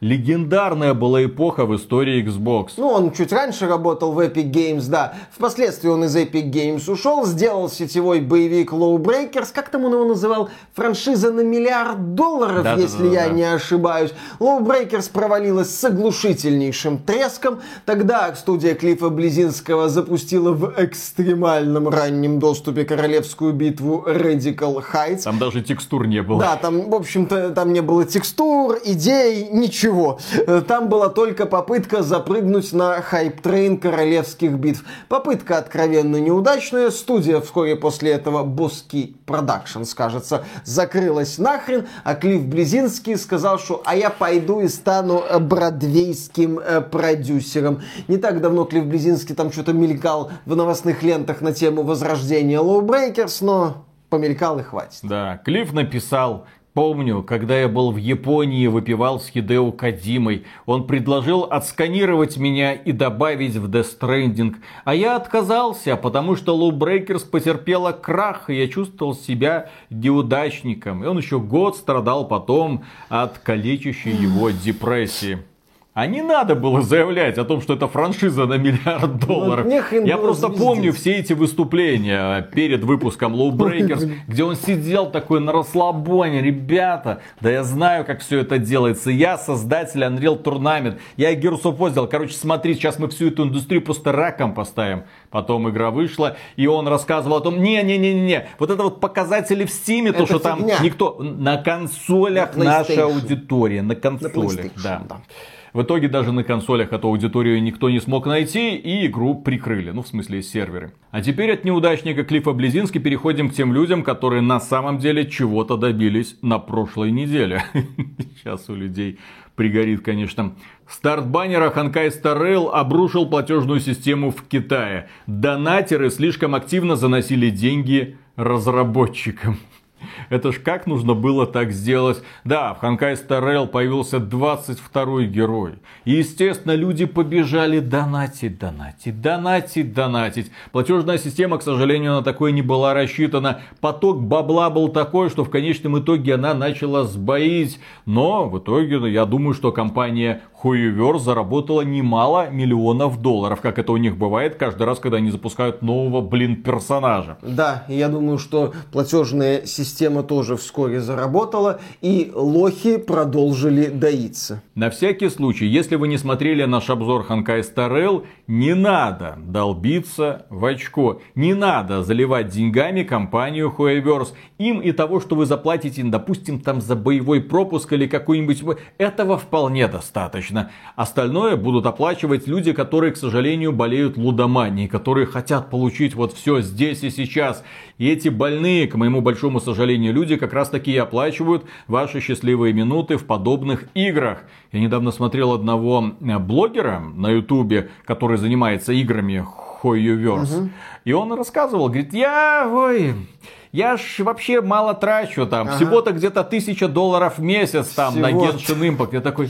Speaker 2: легендарная была эпоха в истории Xbox.
Speaker 1: Ну, он чуть раньше работал в Epic Games, да. Впоследствии он из Epic Games ушел, сделал сетевой боевик Lawbreakers, как там он его называл? Франшиза на миллиард долларов,
Speaker 2: да,
Speaker 1: если
Speaker 2: да, да,
Speaker 1: я
Speaker 2: да.
Speaker 1: не ошибаюсь. Lawbreakers провалилась с оглушительнейшим треском. Тогда студия Клиффа Близинского запустила в экстремальном раннем доступе королевскую битву Radical Heights.
Speaker 2: Там даже текстур не было.
Speaker 1: Да, там, в общем-то, там не было текстур, идей, ничего. Там была только попытка запрыгнуть на хайп-трейн королевских битв. Попытка откровенно неудачная. Студия вскоре после этого Boss Productions, кажется, закрылась нахрен, а Клифф Близинский сказал, что а я пойду и стану бродвейским э, продюсером. Не так давно Клифф Близинский там что-то мелькал в новостных лентах на тему возрождения Lawbreakers, но помелькал и хватит.
Speaker 2: Да, Клифф написал: помню, когда я был в Японии, выпивал с Хидео Кодзимой. Он предложил отсканировать меня и добавить в Death Stranding. А я отказался, потому что Lawbreakers потерпела крах, и я чувствовал себя неудачником. И он еще год страдал потом от калечащей его депрессии. А не надо было заявлять о том, что это франшиза на миллиард долларов.
Speaker 1: Ну,
Speaker 2: я просто звездить. помню все эти выступления перед выпуском Lawbreakers, где он сидел такой на расслабоне. Ребята, да я знаю, как все это делается. Я создатель Unreal Tournament. Я Gears of War сделал. Короче, смотри, сейчас мы всю эту индустрию просто раком поставим. Потом игра вышла, и он рассказывал о том, не-не-не-не, вот это вот показатели в Steam, то, что там никто... На консолях
Speaker 1: на
Speaker 2: наша аудитория, на консолях,
Speaker 1: на
Speaker 2: да.
Speaker 1: да.
Speaker 2: В итоге даже на консолях эту аудиторию никто не смог найти, и игру прикрыли. Ну, в смысле, серверы. А теперь от неудачника Клиффа Близински переходим к тем людям, которые на самом деле чего-то добились на прошлой неделе. Сейчас у людей пригорит, конечно. Старт баннера Honkai Star Rail обрушил платежную систему в Китае. Донатеры слишком активно заносили деньги разработчикам. Это ж как нужно было так сделать? Да, в Honkai Star Rail появился двадцать второй герой. И, естественно, люди побежали донатить, донатить, донатить, донатить. Платежная система, к сожалению, на такое не была рассчитана. Поток бабла был такой, что в конечном итоге она начала сбоить. Но в итоге, я думаю, что компания Hoyoverse заработала немало миллионов долларов. Как это у них бывает каждый раз, когда они запускают нового, блин, персонажа.
Speaker 1: Да, я думаю, что платежная система Система тоже вскоре заработала, и лохи продолжили доиться.
Speaker 2: На всякий случай, если вы не смотрели наш обзор Honkai Star Rail, не надо долбиться в очко. Не надо заливать деньгами компанию Hoyoverse. Им и того, что вы заплатите, допустим, там за боевой пропуск или какой-нибудь... Этого вполне достаточно. Остальное будут оплачивать люди, которые, к сожалению, болеют лудоманией, которые хотят получить вот все здесь и сейчас. И эти больные, к моему большому сожалению, люди как раз таки и оплачивают ваши счастливые минуты в подобных играх. Я недавно смотрел одного блогера на ютубе, который занимается играми Hoyoverse. Угу. И он рассказывал, говорит, я, ой, я ж вообще мало трачу там, ага. всего-то где-то тысяча долларов в месяц там всего на Genshin Impact. Я такой...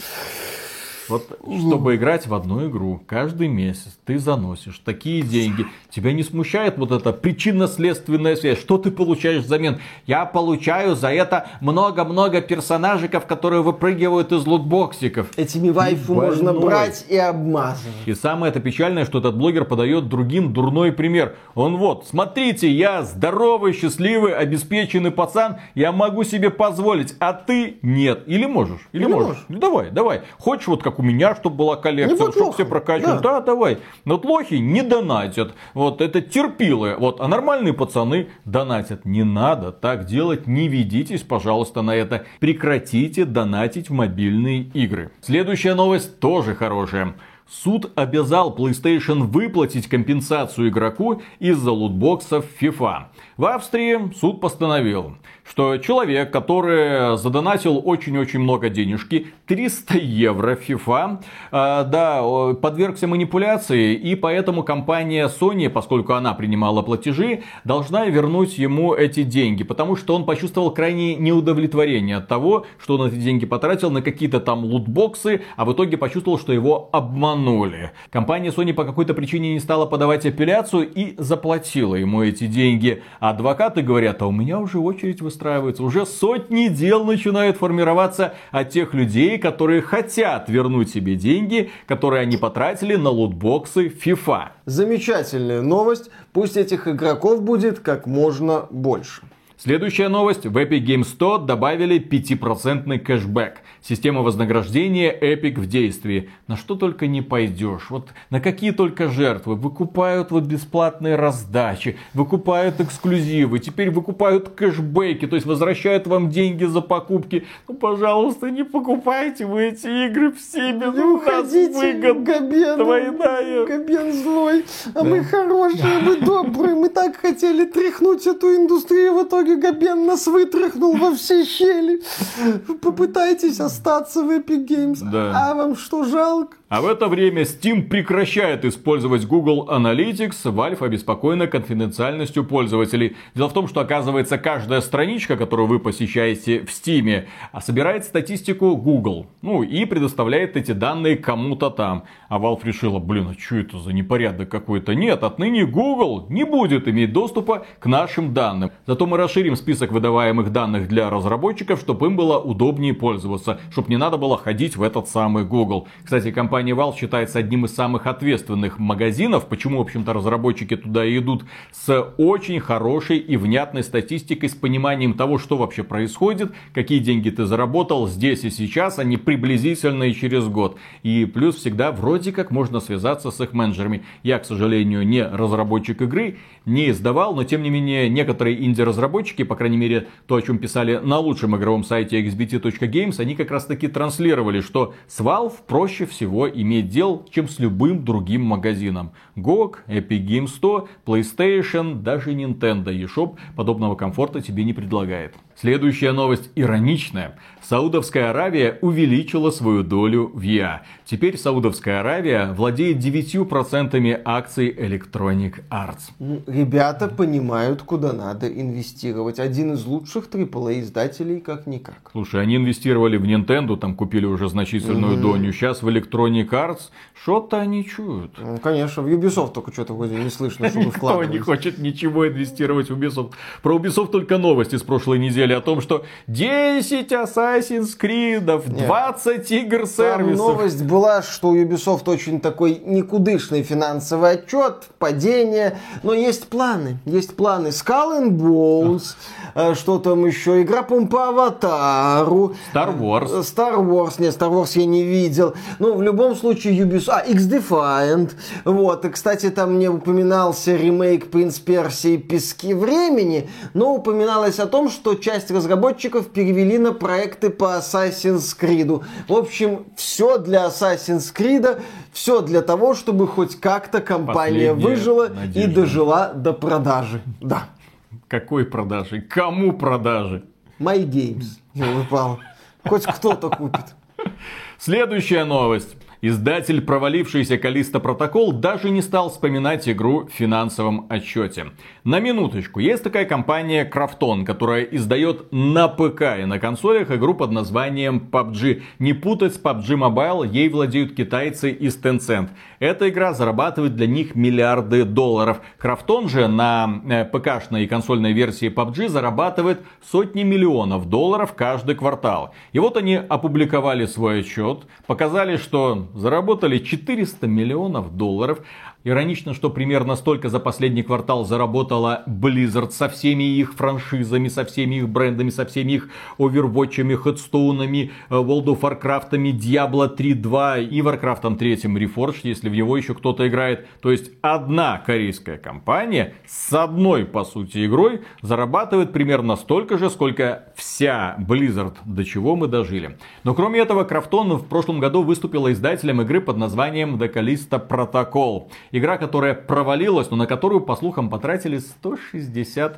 Speaker 2: Вот, чтобы играть в одну игру каждый месяц, ты заносишь такие деньги. Тебя не смущает вот эта причинно-следственная связь? Что ты получаешь взамен? Я получаю за это много-много персонажиков, которые выпрыгивают из лутбоксиков.
Speaker 1: Этими вайфу можно брать и обмазывать.
Speaker 2: И самое это печальное, что этот блогер подает другим дурной пример. Он вот, смотрите, я здоровый, счастливый, обеспеченный пацан, я могу себе позволить, а ты нет. Или можешь? Или, Или можешь? можешь? Ну давай, давай. Хочешь вот как у меня, чтобы была коллекция, чтобы все прокачивали. Да. да, давай. Но вот лохи не донатят. Вот это терпилы. Вот, а нормальные пацаны донатят. Не надо так делать. Не ведитесь, пожалуйста, на это. Прекратите донатить в мобильные игры. Следующая новость тоже хорошая. Суд обязал PlayStation выплатить компенсацию игроку из-за лутбоксов FIFA. В Австрии суд постановил, что человек, который задонатил очень-очень много денежки, триста евро в FIFA, э, да, подвергся манипуляции, и поэтому компания Sony, поскольку она принимала платежи, должна вернуть ему эти деньги, потому что он почувствовал крайнее неудовлетворение от того, что он эти деньги потратил на какие-то там лутбоксы, а в итоге почувствовал, что его обманули. обманули. Компания Sony по какой-то причине не стала подавать апелляцию и заплатила ему эти деньги. А адвокаты говорят, а у меня уже очередь выстраивается. Уже сотни дел начинают формироваться от тех людей, которые хотят вернуть себе деньги, которые они потратили на лутбоксы FIFA.
Speaker 1: Замечательная новость. Пусть этих игроков будет как можно больше.
Speaker 2: Следующая новость. В Epic Games Store добавили пять процентов кэшбэк. Система вознаграждения Epic в действии. На что только не пойдешь. Вот на какие только жертвы. Выкупают вот бесплатные раздачи. Выкупают эксклюзивы. Теперь выкупают кэшбэки. То есть возвращают вам деньги за покупки. Ну, пожалуйста, не покупайте вы эти игры в себе.
Speaker 1: Не уходите, Габен.
Speaker 2: Двойная.
Speaker 1: Габен злой. А
Speaker 2: Да.
Speaker 1: мы хорошие, мы добрые. Мы так хотели тряхнуть эту индустрию. В итоге Габен нас вытряхнул во все щели. Попытайтесь остаться в Epic Games.
Speaker 2: Да.
Speaker 1: А вам что, жалко?
Speaker 2: А в это время Steam прекращает использовать Google Analytics. Valve обеспокоена конфиденциальностью пользователей. Дело в том, что оказывается каждая страничка, которую вы посещаете в Steam, собирает статистику Google. Ну и предоставляет эти данные кому-то там. А Valve решила, блин, а что это за непорядок какой-то? Нет, отныне Google не будет иметь доступа к нашим данным. Зато мы расширим список выдаваемых данных для разработчиков, чтобы им было удобнее пользоваться. Чтобы не надо было ходить в этот самый Google. Кстати, компания Компания Valve считается одним из самых ответственных магазинов. Почему, в общем-то, разработчики туда и идут? С очень хорошей и внятной статистикой, с пониманием того, что вообще происходит, какие деньги ты заработал здесь и сейчас, а не приблизительно и через год. И плюс всегда вроде как можно связаться с их менеджерами. Я, к сожалению, не разработчик игры, не издавал, но тем не менее некоторые инди-разработчики, по крайней мере то, о чем писали на лучшем игровом сайте икс би ти точка геймс, они как раз таки транслировали, что с Valve проще всего иметь дел, чем с любым другим магазином. джи о джи, Epic Games Store, PlayStation, даже Nintendo eShop подобного комфорта тебе не предлагает. Следующая новость ироничная. Саудовская Аравия увеличила свою долю в и эй. Теперь Саудовская Аравия владеет девятью процентами акций Electronic Arts.
Speaker 1: Ну, ребята понимают, куда надо инвестировать. Один из лучших трипл эй издателей как-никак.
Speaker 2: Слушай, они инвестировали в Nintendo, там купили уже значительную mm-hmm. долю. Сейчас в Electronic Arts что-то они чуют.
Speaker 1: Ну, конечно, в Ubisoft только что-то вроде не слышно, чтобы вкладывать.
Speaker 2: Никто не хочет ничего инвестировать в Ubisoft. Про Ubisoft только новости с прошлой недели о том, что десять Assassin's Creed, двадцать игр сервисов.
Speaker 1: Там новость была, что у Ubisoft очень такой никудышный финансовый отчет, падение, но есть планы, есть планы. Skull and Bones, что там еще, игра, по-моему, по Аватару.
Speaker 2: Star Wars.
Speaker 1: Star Wars, нет, Star Wars я не видел. Ну, в любом случае, Ubisoft, а, X-Defiant, вот, и, кстати, там не упоминался ремейк Принц Персии Пески времени, но упоминалось о том, что часть разработчиков перевели на проекты по Assassin's Creed. В общем, все для Assassin's Creed, все для того, чтобы хоть как-то компания
Speaker 2: Последняя
Speaker 1: выжила
Speaker 2: надежда.
Speaker 1: и дожила до продажи. Да.
Speaker 2: Какой продажи? Кому продажи?
Speaker 1: My Games. Не выпал. Хоть кто-то купит.
Speaker 2: Следующая новость. Издатель провалившийся Callisto Protocol даже не стал вспоминать игру в финансовом отчете. На минуточку, есть такая компания Krafton, которая издает на ПК и на консолях игру под названием пабг. Не путать с пабг Mobile, ей владеют китайцы из Tencent. Эта игра зарабатывает для них миллиарды долларов. Krafton же на ПК-шной и консольной версии пабг зарабатывает сотни миллионов долларов каждый квартал. И вот они опубликовали свой отчет, показали, что заработали четыреста миллионов долларов. Иронично, что примерно столько за последний квартал заработала Blizzard со всеми их франшизами, со всеми их брендами, со всеми их Overwatch'ами, Hearthstone'ами, World of Warcraft'ами, Diablo три два и Warcraft'ом три Reforged, если в него еще кто-то играет. То есть одна корейская компания с одной, по сути, игрой зарабатывает примерно столько же, сколько вся Blizzard, до чего мы дожили. Но кроме этого, Krafton в прошлом году выступила издателем игры под названием The Callisto Protocol. Игра, которая провалилась, но на которую, по слухам, потратили сто шестьдесят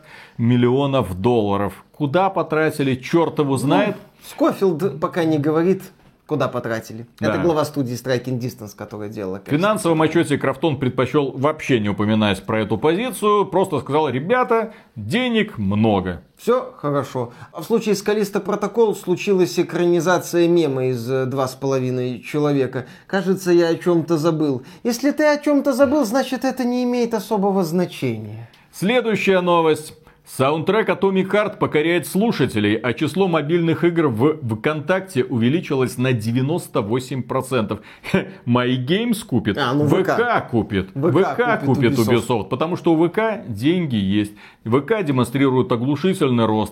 Speaker 2: миллионов долларов. Куда потратили, черт его знает.
Speaker 1: Ну, Скофилд пока не говорит, Куда потратили?
Speaker 2: Да.
Speaker 1: Это глава студии Striking Distance, которая делала.
Speaker 2: В финансовом отчете Крафтон предпочел вообще не упоминать про эту позицию. Просто сказал: ребята, денег много.
Speaker 1: Все хорошо. А в случае с Callisto Protocol случилась экранизация мема из «Два с половиной человека». Кажется, я о чем-то забыл. Если ты о чем-то забыл, значит, это не имеет особого значения.
Speaker 2: Следующая новость. Саундтрек Atomic Heart покоряет слушателей, а число мобильных игр в ВКонтакте увеличилось на девяносто восемь процентов. MyGames купит,
Speaker 1: а, ну
Speaker 2: ВК.
Speaker 1: ВК
Speaker 2: купит,
Speaker 1: ВК,
Speaker 2: ВК купит
Speaker 1: Ubisoft.
Speaker 2: Ubisoft, потому что у ВК деньги есть. ВК демонстрирует оглушительный рост.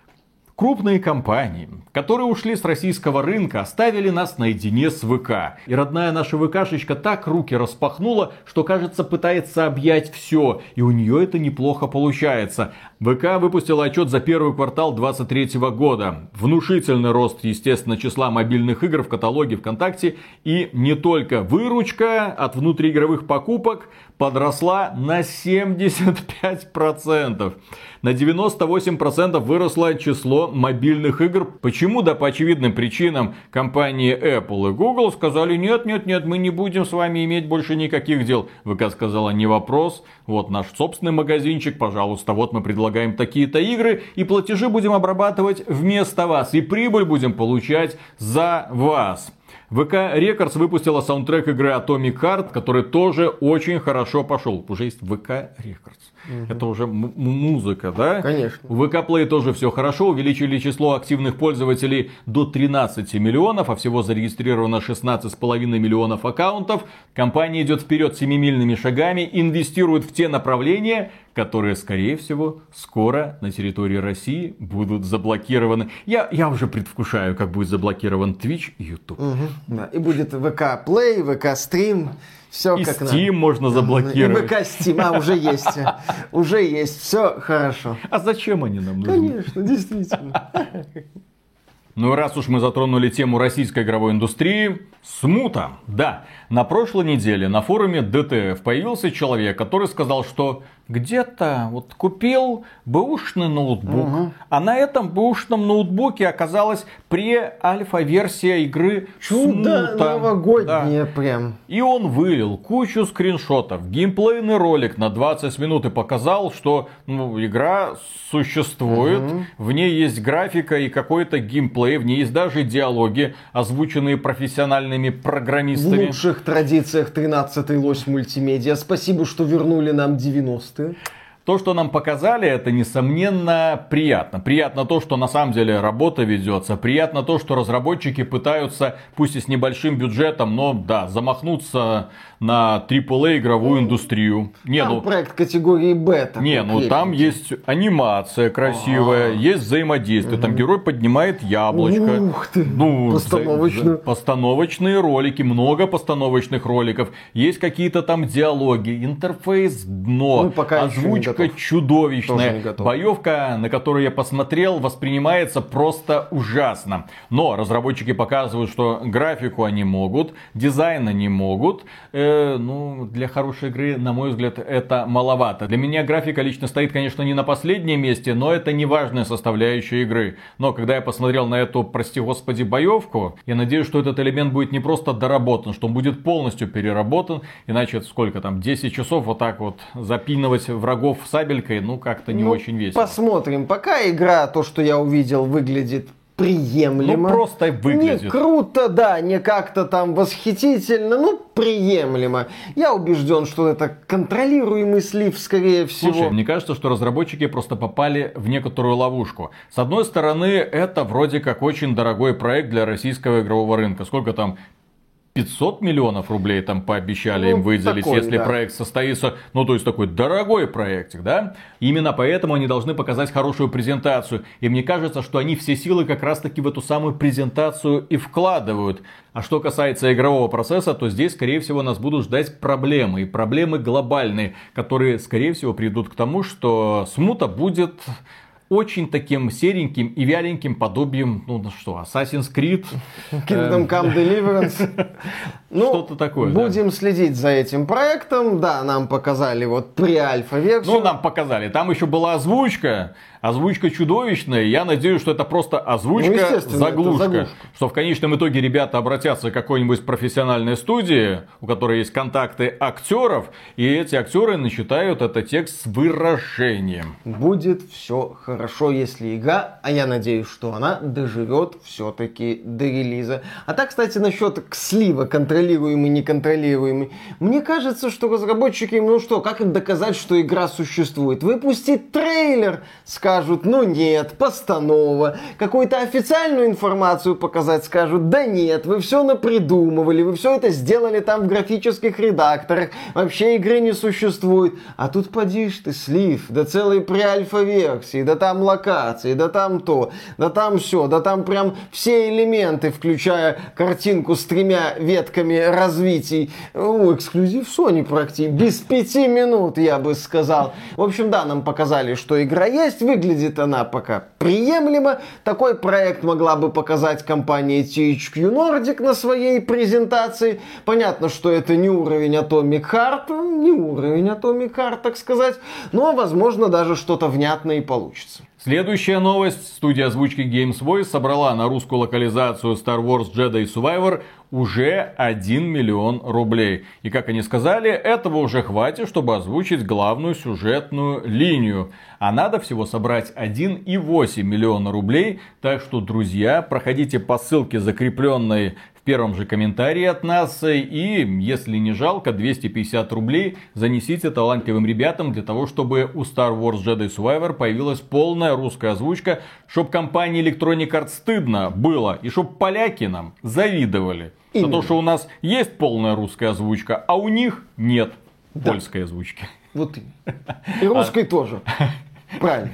Speaker 2: Крупные компании, которые ушли с российского рынка, оставили нас наедине с ВК. И родная наша ВКшечка так руки распахнула, что, кажется, пытается объять все. И у нее это неплохо получается. ВК выпустила отчет за первый квартал двадцать третьего года. Внушительный рост, естественно, числа мобильных игр в каталоге ВКонтакте. И не только. Выручка от внутриигровых покупок подросла на семьдесят пять процентов. На девяносто восемь процентов выросло число мобильных игр. Почему? Да по очевидным причинам. Компании Apple и Google сказали: нет, нет, нет, мы не будем с вами иметь больше никаких дел. ВК сказала: не вопрос. Вот наш собственный магазинчик, пожалуйста, вот мы предлагаем такие-то игры. И платежи будем обрабатывать вместо вас. И прибыль будем получать за вас. ВК Records выпустила саундтрек игры Atomic Heart, который тоже очень хорошо пошел. Уже есть ВК Records. Угу. Это уже м- музыка, да?
Speaker 1: Конечно.
Speaker 2: У ВК Play тоже все хорошо. Увеличили число активных пользователей до тринадцати миллионов, а всего зарегистрировано шестнадцать с половиной миллионов аккаунтов. Компания идет вперед семимильными шагами, инвестирует в те направления, которые, скорее всего, скоро на территории России будут заблокированы. Я, я уже предвкушаю, как будет заблокирован Twitch и YouTube.
Speaker 1: Угу, да. И будет ВК Play, ВК Stream. Все
Speaker 2: и
Speaker 1: как
Speaker 2: Steam
Speaker 1: надо.
Speaker 2: можно заблокировать.
Speaker 1: И ВК Steam, а уже есть. Уже есть. Все хорошо.
Speaker 2: А зачем они нам нужны?
Speaker 1: Конечно, действительно.
Speaker 2: Ну и раз уж мы затронули тему российской игровой индустрии, смута. Да, на прошлой неделе на форуме ди ти эф появился человек, который сказал, что где-то вот купил бэушный ноутбук, угу. а на этом бэушном ноутбуке оказалась пре-альфа-версия игры
Speaker 1: Чудо
Speaker 2: Смута.
Speaker 1: новогоднее, да. Прям.
Speaker 2: И он вылил кучу скриншотов, геймплейный ролик на двадцать минут и показал, что ну, игра существует, угу. в ней есть графика и какой-то геймплей, в ней есть даже диалоги, озвученные профессиональными программистами.
Speaker 1: В лучших традициях тринадцатой лось мультимедиа. Спасибо, что вернули нам девяностые.
Speaker 2: То, что нам показали, это, несомненно, приятно. Приятно то, что на самом деле работа ведется. Приятно то, что разработчики пытаются, пусть и с небольшим бюджетом, но да, замахнуться на трипл эй игровую индустрию. Не,
Speaker 1: там
Speaker 2: ну,
Speaker 1: проект категории бета.
Speaker 2: Не, ну там есть анимация красивая, А-а-а. есть взаимодействие. Угу. Там герой поднимает яблочко.
Speaker 1: Ух ты,
Speaker 2: ну,
Speaker 1: постановочно.
Speaker 2: Постановочные ролики, много постановочных роликов. Есть какие-то там диалоги, интерфейс дно,
Speaker 1: ну, пока
Speaker 2: озвучка чудовищная. Боевка, на которую я посмотрел, воспринимается просто ужасно. Но разработчики показывают, что графику они могут, дизайн они могут. Э, ну, для хорошей игры, на мой взгляд, это маловато. Для меня графика лично стоит, конечно, не на последнем месте, но это не важная составляющая игры. Но когда я посмотрел на эту, прости господи, боевку, я надеюсь, что этот элемент будет не просто доработан, что он будет полностью переработан. Иначе сколько там, десять часов вот так вот запинывать врагов сабелькой, ну, как-то не
Speaker 1: ну,
Speaker 2: очень весело.
Speaker 1: Посмотрим. Пока игра, то, что я увидел, выглядит приемлемо.
Speaker 2: Ну, просто выглядит.
Speaker 1: Не круто, да, не как-то там восхитительно, ну, приемлемо. Я убежден, что это контролируемый слив, скорее всего.
Speaker 2: Слушай, мне кажется, что разработчики просто попали в некоторую ловушку. С одной стороны, это вроде как очень дорогой проект для российского игрового рынка. Сколько там? пятьсот миллионов рублей там пообещали ну, им выделить, такой, если да. проект состоится. Ну, то есть такой дорогой проектик, да? Именно поэтому они должны показать хорошую презентацию. И мне кажется, что они все силы как раз-таки в эту самую презентацию и вкладывают. А что касается игрового процесса, то здесь, скорее всего, нас будут ждать проблемы. И проблемы глобальные, которые, скорее всего, приведут к тому, что смута будет очень таким сереньким и вяленьким подобием, ну что, Assassin's Creed.
Speaker 1: Kingdom Come Deliverance. Ну,
Speaker 2: что-то такое.
Speaker 1: Будем
Speaker 2: да.
Speaker 1: следить за этим проектом. Да, нам показали вот pre-альфа-версию.
Speaker 2: Ну, нам показали. Там еще была озвучка. Озвучка чудовищная. Я надеюсь, что это просто озвучка, ну, заглушка. заглушка. Что в конечном итоге ребята обратятся к какой-нибудь профессиональной студии, у которой есть контакты актеров, и эти актеры начитают этот текст с выражением.
Speaker 1: Будет все хорошо, если игра, а я надеюсь, что она доживет все-таки до релиза. А так, кстати, насчет слива, контролируемый, неконтролируемый. Мне кажется, что разработчики, ну что, как им доказать, что игра существует? Выпустить трейлер, скажут, ну нет, постанова. Какую-то официальную информацию показать, скажут, да нет, вы все напридумывали, вы все это сделали там в графических редакторах, вообще игры не существует. А тут поди ж ты, слив, да целые преальфа-версии, да там локации, да там то, да там все, да там прям все элементы, включая картинку с тремя ветками развитий. О, эксклюзив Sony практически, без пяти минут, я бы сказал. В общем, да, нам показали, что игра есть, выглядит она пока приемлемо. Такой проект могла бы показать компания ти эйч кью Nordic на своей презентации. Понятно, что это не уровень Atomic Heart, не уровень Atomic Heart, так сказать, но, возможно, даже что-то внятное и получится.
Speaker 2: Следующая новость. Студия озвучки Games Voice собрала на русскую локализацию Star Wars Jedi Survivor уже один миллион рублей. И как они сказали, этого уже хватит, чтобы озвучить главную сюжетную линию. А надо всего собрать один и восемь миллиона рублей. Так что, друзья, проходите по ссылке, закрепленной в первом же комментарии от нас. И, если не жалко, двести пятьдесят рублей занесите талантливым ребятам для того, чтобы у Star Wars Jedi Survivor появилась полная русская озвучка, чтобы компании Electronic Arts стыдно было, и чтобы поляки нам завидовали. Именно. За то, что у нас есть полная русская озвучка, а у них нет да. польской озвучки.
Speaker 1: Вот и русской а... тоже. Правильно.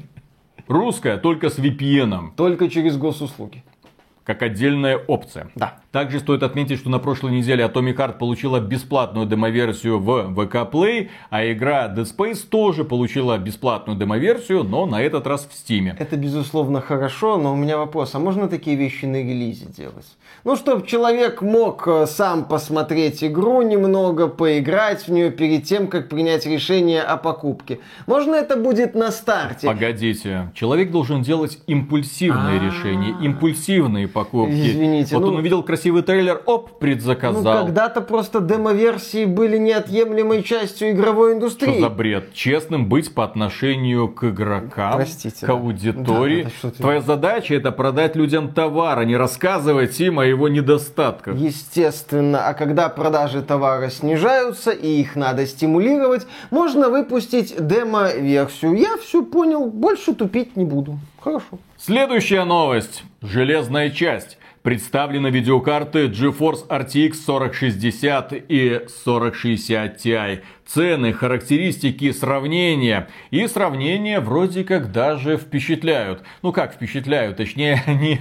Speaker 2: Русская только с ви пи эн.
Speaker 1: Только через госуслуги.
Speaker 2: Как отдельная опция.
Speaker 1: Да.
Speaker 2: Также стоит отметить, что на прошлой неделе Atomic Heart получила бесплатную демоверсию в ви кей Play, а игра Dead Space тоже получила бесплатную демоверсию, но на этот раз в Steam.
Speaker 1: Это, безусловно, хорошо, но у меня вопрос, а можно такие вещи на релизе делать? Ну, чтобы человек мог сам посмотреть игру немного, поиграть в нее перед тем, как принять решение о покупке. Можно это будет на старте?
Speaker 2: Погодите, человек должен делать импульсивные А-а-а. решения, импульсивные покупки.
Speaker 1: Извините.
Speaker 2: Вот
Speaker 1: ну...
Speaker 2: он увидел красивый трейлер, оп, предзаказал.
Speaker 1: Ну, когда-то просто демо-версии были неотъемлемой частью игровой индустрии.
Speaker 2: Что за бред? Честным быть по отношению к игрокам,
Speaker 1: Простите,
Speaker 2: к аудитории.
Speaker 1: Да, да, да,
Speaker 2: Твоя задача это продать людям товар, а не рассказывать им о его недостатках.
Speaker 1: Естественно. А когда продажи товара снижаются и их надо стимулировать, можно выпустить демо-версию. Я все понял, больше тупить не буду. Хорошо.
Speaker 2: Следующая новость. Железная часть. Представлены видеокарты GeForce ар ти экс сорок шестьдесят и сорок шестьдесят Ti. Цены, характеристики, сравнения. И сравнения вроде как даже впечатляют. Ну как впечатляют, точнее они...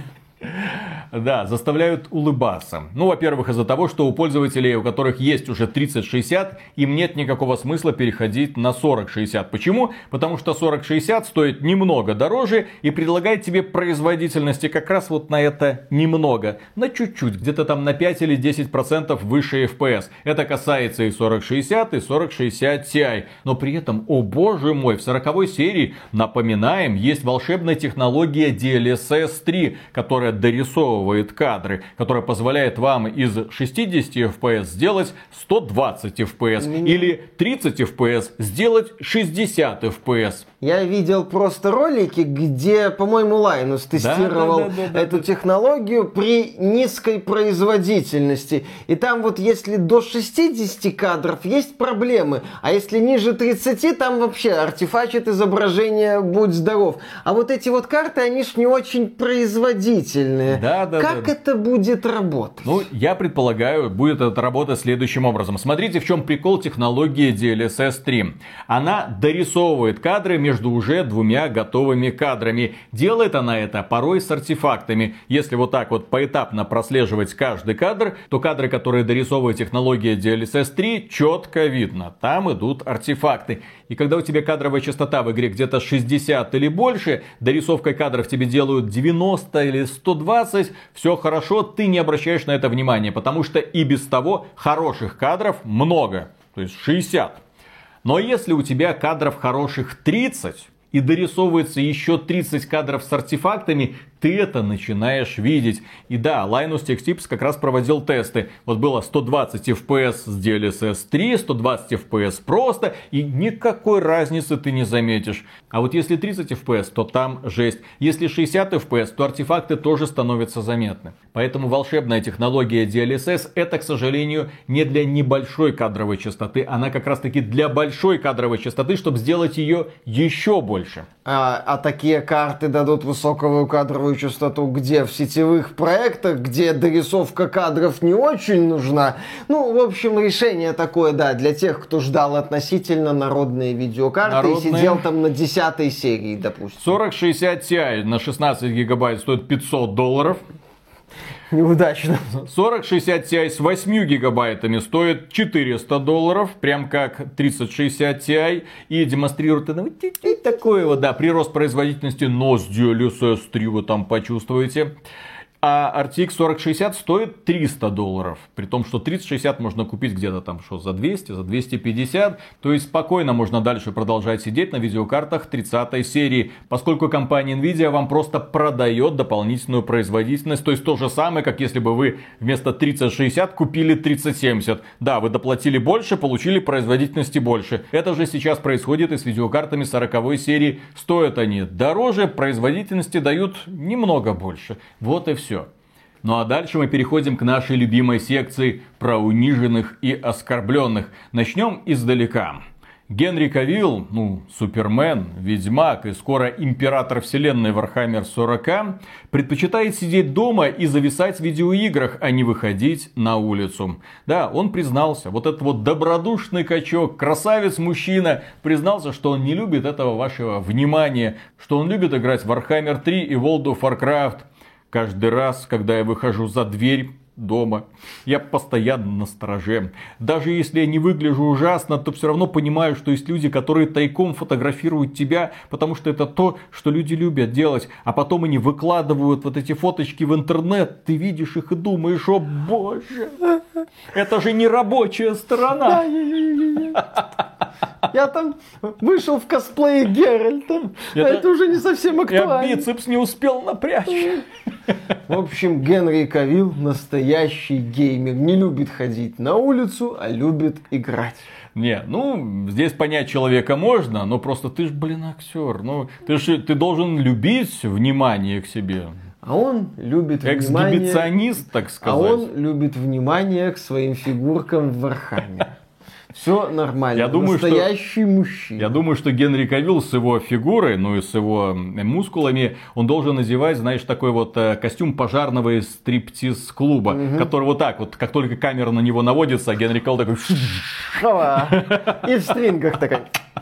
Speaker 2: Да, заставляют улыбаться. Ну, во-первых, из-за того, что у пользователей, у которых есть уже тридцать шестьдесят, им нет никакого смысла переходить на сорок шестьдесят. Почему? Потому что сорок шестьдесят стоит немного дороже и предлагает тебе производительности как раз вот на это немного. На чуть-чуть, где-то там на пять или десять процентов выше эф пи эс. Это касается и сорок шестьдесят, и сорок шестьдесят Ti. Но при этом, о боже мой, в сороковой серии, напоминаем, есть волшебная технология ди эл эс эс три, которая дорисовывает кадры, которая позволяет вам из шестьдесят эф пи эс сделать сто двадцать эф пи эс mm. или тридцать эф пи эс сделать шестьдесят эф пи эс.
Speaker 1: Я видел просто ролики, где, по-моему, Лайнус тестировал да, да, да, да, эту да. технологию при низкой производительности. И там вот если до шестидесяти кадров есть проблемы, а если ниже тридцати, там вообще артефачит изображение, будь здоров. А вот эти вот карты, они ж не очень производительные. отвратительные.
Speaker 2: Да, да,
Speaker 1: как
Speaker 2: да.
Speaker 1: это будет работать?
Speaker 2: Ну, я предполагаю, будет это работать следующим образом. Смотрите, в чем прикол технологии ди эл эс эс три. Она дорисовывает кадры между уже двумя готовыми кадрами. Делает она это порой с артефактами. Если вот так вот поэтапно прослеживать каждый кадр, то кадры, которые дорисовывает технология ди эл эс эс три, четко видно. Там идут артефакты. И когда у тебя кадровая частота в игре где-то шестьдесят или больше, дорисовкой кадров тебе делают девяносто или сто двадцать, все хорошо, ты не обращаешь на это внимания, потому что и без того хороших кадров много, то есть шестьдесят. Но если у тебя кадров хороших тридцать и дорисовывается еще тридцать кадров с артефактами, ты это начинаешь видеть. И да, Linus Tech Tips как раз проводил тесты. Вот было сто двадцать эф пи эс с ди эл эс эс три, сто двадцать эф пи эс просто, и никакой разницы ты не заметишь. А вот если тридцать эф пи эс, то там жесть. Если шестьдесят эф пи эс, то артефакты тоже становятся заметны. Поэтому волшебная технология ди эл эс эс это, к сожалению, не для небольшой кадровой частоты. Она как раз таки для большой кадровой частоты, чтобы сделать ее еще больше.
Speaker 1: А, а такие карты дадут высокую кадровую частоту где? В сетевых проектах, где дорисовка кадров не очень нужна. Ну, в общем, решение такое, да, для тех, кто ждал относительно народные видеокарты
Speaker 2: Народные.
Speaker 1: и сидел там на десятой серии, допустим.
Speaker 2: сорок шестьдесят Ti на шестнадцать гигабайт стоит пятьсот долларов.
Speaker 1: Неудачно.
Speaker 2: сорок шестьдесят Ti с восемью гигабайтами стоит четыреста долларов, прям как тридцать шестьдесят Ti, и демонстрирует это вот такое вот, да, прирост производительности, но с ди эл эс эс три вы там почувствуете. А ар ти икс сорок шестьдесят стоит триста долларов. При том, что тридцать шестьдесят можно купить где-то там что, за двести, за двести пятьдесят. То есть спокойно можно дальше продолжать сидеть на видеокартах тридцатой серии. Поскольку компания Nvidia вам просто продает дополнительную производительность. То есть то же самое, как если бы вы вместо тридцать шестьдесят купили тридцать семьдесят. Да, вы доплатили больше, получили производительности больше. Это же сейчас происходит и с видеокартами сороковой серии. Стоят они дороже, производительности дают немного больше. Вот и все. Ну а дальше мы переходим к нашей любимой секции про униженных и оскорбленных. Начнем издалека. Генри Кавилл, ну, Супермен, Ведьмак и скоро император вселенной Warhammer сорок ка, предпочитает сидеть дома и зависать в видеоиграх, а не выходить на улицу. Да, он признался, вот этот вот добродушный качок, красавец-мужчина, признался, что он не любит этого вашего внимания, что он любит играть в Warhammer три и World of Warcraft. Каждый раз, когда я выхожу за дверь дома, я постоянно настороже. Даже если я не выгляжу ужасно, то все равно понимаю, что есть люди, которые тайком фотографируют тебя, потому что это то, что люди любят делать. А потом они выкладывают вот эти фоточки в интернет, ты видишь их и думаешь: о боже, это же не рабочая сторона.
Speaker 1: Я там вышел в косплее Геральта. Это, это уже не совсем актуально.
Speaker 2: Я бицепс не успел напрячь.
Speaker 1: В общем, Генри Кавилл настоящий геймер. Не любит ходить на улицу, а любит играть.
Speaker 2: Не, ну, здесь понять человека можно, но просто ты ж, блин, актер. Ну, ты ж, ты должен любить внимание к себе.
Speaker 1: А он любит внимание...
Speaker 2: Эксгибиционист, так сказать.
Speaker 1: А он любит внимание к своим фигуркам в Warhammer. Все нормально.
Speaker 2: Я думаю,
Speaker 1: настоящий
Speaker 2: что,
Speaker 1: мужчина.
Speaker 2: Я думаю, что Генри Кавилл с его фигурой, ну и с его мускулами, он должен надевать, знаешь, такой вот костюм пожарного из стриптиз-клуба, угу. который вот так вот, как только камера на него наводится, Генри Кавилл такой...
Speaker 1: И в стрингах такой...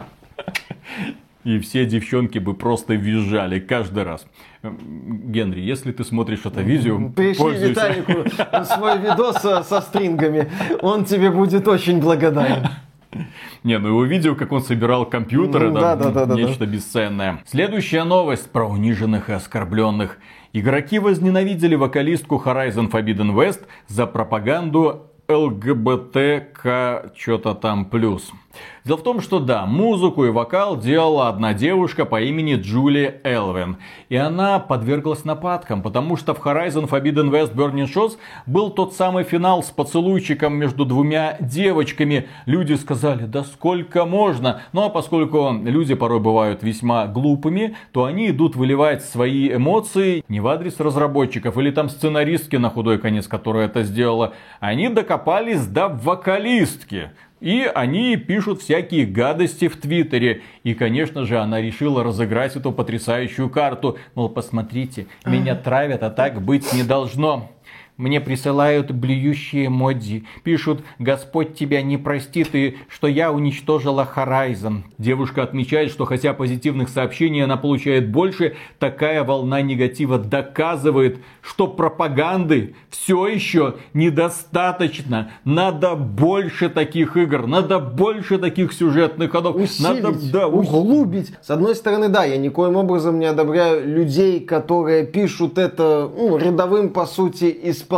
Speaker 2: И все девчонки бы просто визжали каждый раз. Генри, если ты смотришь это видео,
Speaker 1: пришли Виталику свой видос со, со стрингами. Он тебе будет очень благодарен.
Speaker 2: Не, ну его видео, как он собирал компьютеры,
Speaker 1: ну,
Speaker 2: да,
Speaker 1: да, да, да,
Speaker 2: нечто
Speaker 1: да.
Speaker 2: бесценное. Следующая новость про униженных и оскорбленных. Игроки возненавидели вокалистку Horizon Forbidden West за пропаганду эл гэ бэ тэ ка что-то там плюс. Дело в том, что да, музыку и вокал делала одна девушка по имени Джули Элвин. И она подверглась нападкам, потому что в Horizon Forbidden West Burning Shores был тот самый финал с поцелуйчиком между двумя девочками. Люди сказали: да сколько можно? Ну а поскольку люди порой бывают весьма глупыми, то они идут выливать свои эмоции не в адрес разработчиков или там сценаристки на худой конец, которая это сделала. Они докопались до вокалистки. И они пишут всякие гадости в Твиттере. И, конечно же, она решила разыграть эту потрясающую карту. Мол, посмотрите, меня травят, а так быть не должно. Мне присылают блюющие эмодзи. Пишут: Господь тебя не простит, и что я уничтожила Horizon. Девушка отмечает, что хотя позитивных сообщений она получает больше, такая волна негатива доказывает, что пропаганды все еще недостаточно. Надо больше таких игр, надо больше таких сюжетных ходов.
Speaker 1: Усилить,
Speaker 2: надо, да,
Speaker 1: углубить. С одной стороны, да, я никоим образом не одобряю людей, которые пишут это ну, рядовым, по сути, исполнителям.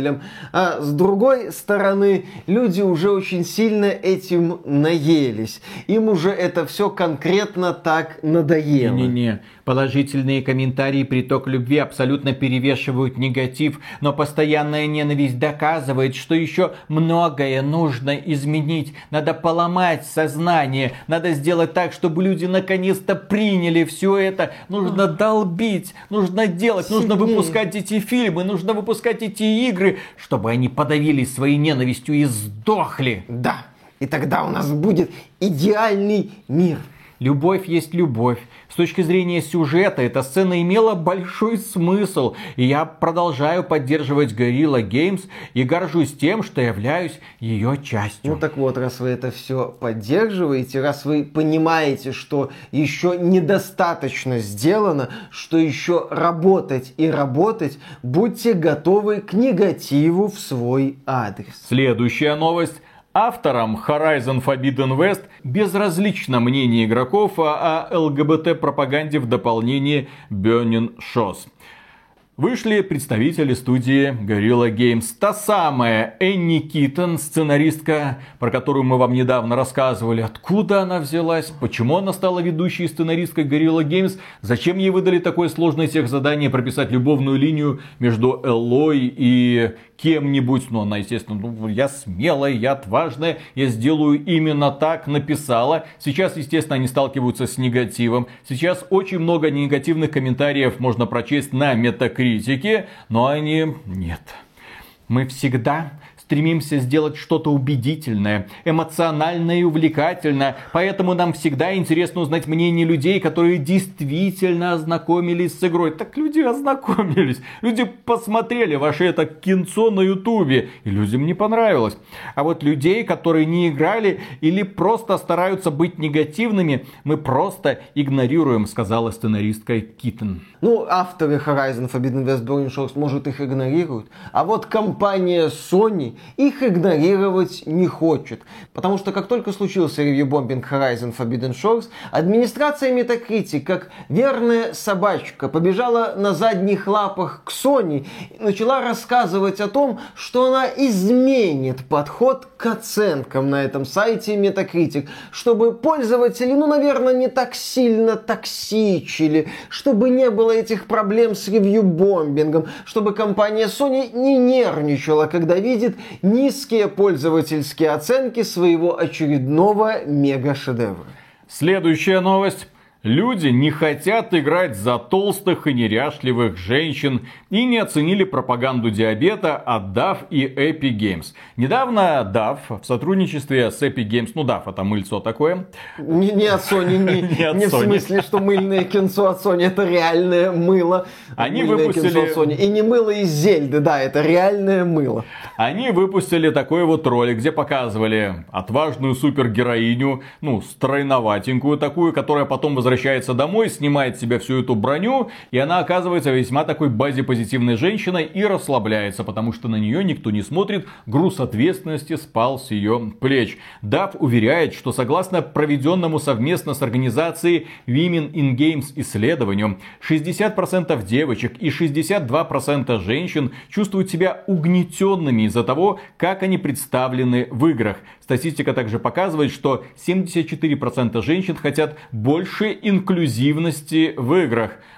Speaker 1: А с другой стороны, люди уже очень сильно этим наелись. Им уже это все конкретно так надоело.
Speaker 2: Не-не-не. Положительные комментарии, приток любви абсолютно перевешивают негатив, но постоянная ненависть доказывает, что еще многое нужно изменить. Надо поломать сознание, надо сделать так, чтобы люди наконец-то приняли все это. Нужно долбить, нужно делать, нужно выпускать эти фильмы, нужно выпускать эти игры, чтобы они подавились своей ненавистью и сдохли.
Speaker 1: Да, и тогда у нас будет идеальный мир.
Speaker 2: Любовь есть любовь. С точки зрения сюжета, эта сцена имела большой смысл. И я продолжаю поддерживать Guerrilla Games и горжусь тем, что являюсь ее частью.
Speaker 1: Ну так вот, раз вы это все поддерживаете, раз вы понимаете, что еще недостаточно сделано, что еще работать и работать, будьте готовы к негативу в свой адрес.
Speaker 2: Следующая новость. Авторам Horizon Forbidden West безразлично мнение игроков о ЛГБТ-пропаганде в дополнении Burning Shores. Вышли представители студии Guerrilla Games. Та самая Энни Китон, сценаристка, про которую мы вам недавно рассказывали. Откуда она взялась? Почему она стала ведущей сценаристкой Guerrilla Games? Зачем ей выдали такое сложное техзадание прописать любовную линию между Эллой и кем-нибудь? Ну, она, естественно, ну, я смелая, я отважная, я сделаю именно так, написала. Сейчас, естественно, они сталкиваются с негативом. Сейчас очень много негативных комментариев можно прочесть на Метакритике, но они нет. Мы всегда стремимся сделать что-то убедительное, эмоциональное и увлекательное. Поэтому нам всегда интересно узнать мнение людей, которые действительно ознакомились с игрой. Так люди ознакомились. Люди посмотрели ваше это кинцо на ютубе. И людям не понравилось. А вот людей, которые не играли или просто стараются быть негативными, мы просто игнорируем, сказала сценаристка Китон.
Speaker 1: Ну, авторы Horizon Forbidden West Burning Shores, может, их игнорируют. А вот компания Sony их игнорировать не хочет. Потому что как только случился ревью-бомбинг Horizon Forbidden Shores, администрация Metacritic, как верная собачка, побежала на задних лапах к Sony и начала рассказывать о том, что она изменит подход к оценкам на этом сайте Metacritic, чтобы пользователи, ну, наверное, не так сильно токсичили, чтобы не было этих проблем с ревью-бомбингом, чтобы компания Sony не нервничала, когда видит низкие пользовательские оценки своего очередного мега-шедевра.
Speaker 2: Следующая новость. Люди не хотят играть за толстых и неряшливых женщин и не оценили пропаганду диабета от дав и Epic Games. Недавно дав в сотрудничестве с Epic Games, ну дав это мыльцо такое.
Speaker 1: Не, не от Sony, не, не, от не Sony. В смысле, что мыльное кинцо от Sony, это реальное мыло.
Speaker 2: Они выпустили...
Speaker 1: От Sony. И не мыло из Зельды, да, это реальное мыло.
Speaker 2: Они выпустили такой вот ролик, где показывали отважную супергероиню, ну, стройноватенькую такую, которая потом возвращается возвращается домой, снимает с себя всю эту броню, и она оказывается весьма такой базе-позитивной женщиной и расслабляется, потому что на нее никто не смотрит, груз ответственности спал с ее плеч. дав уверяет, что согласно проведенному совместно с организацией Women in Games исследованию, шестьдесят процентов девочек и шестьдесят два процента женщин чувствуют себя угнетенными из-за того, как они представлены в играх. Статистика также показывает, что семьдесят четыре процента женщин хотят больше инклюзивности в играх.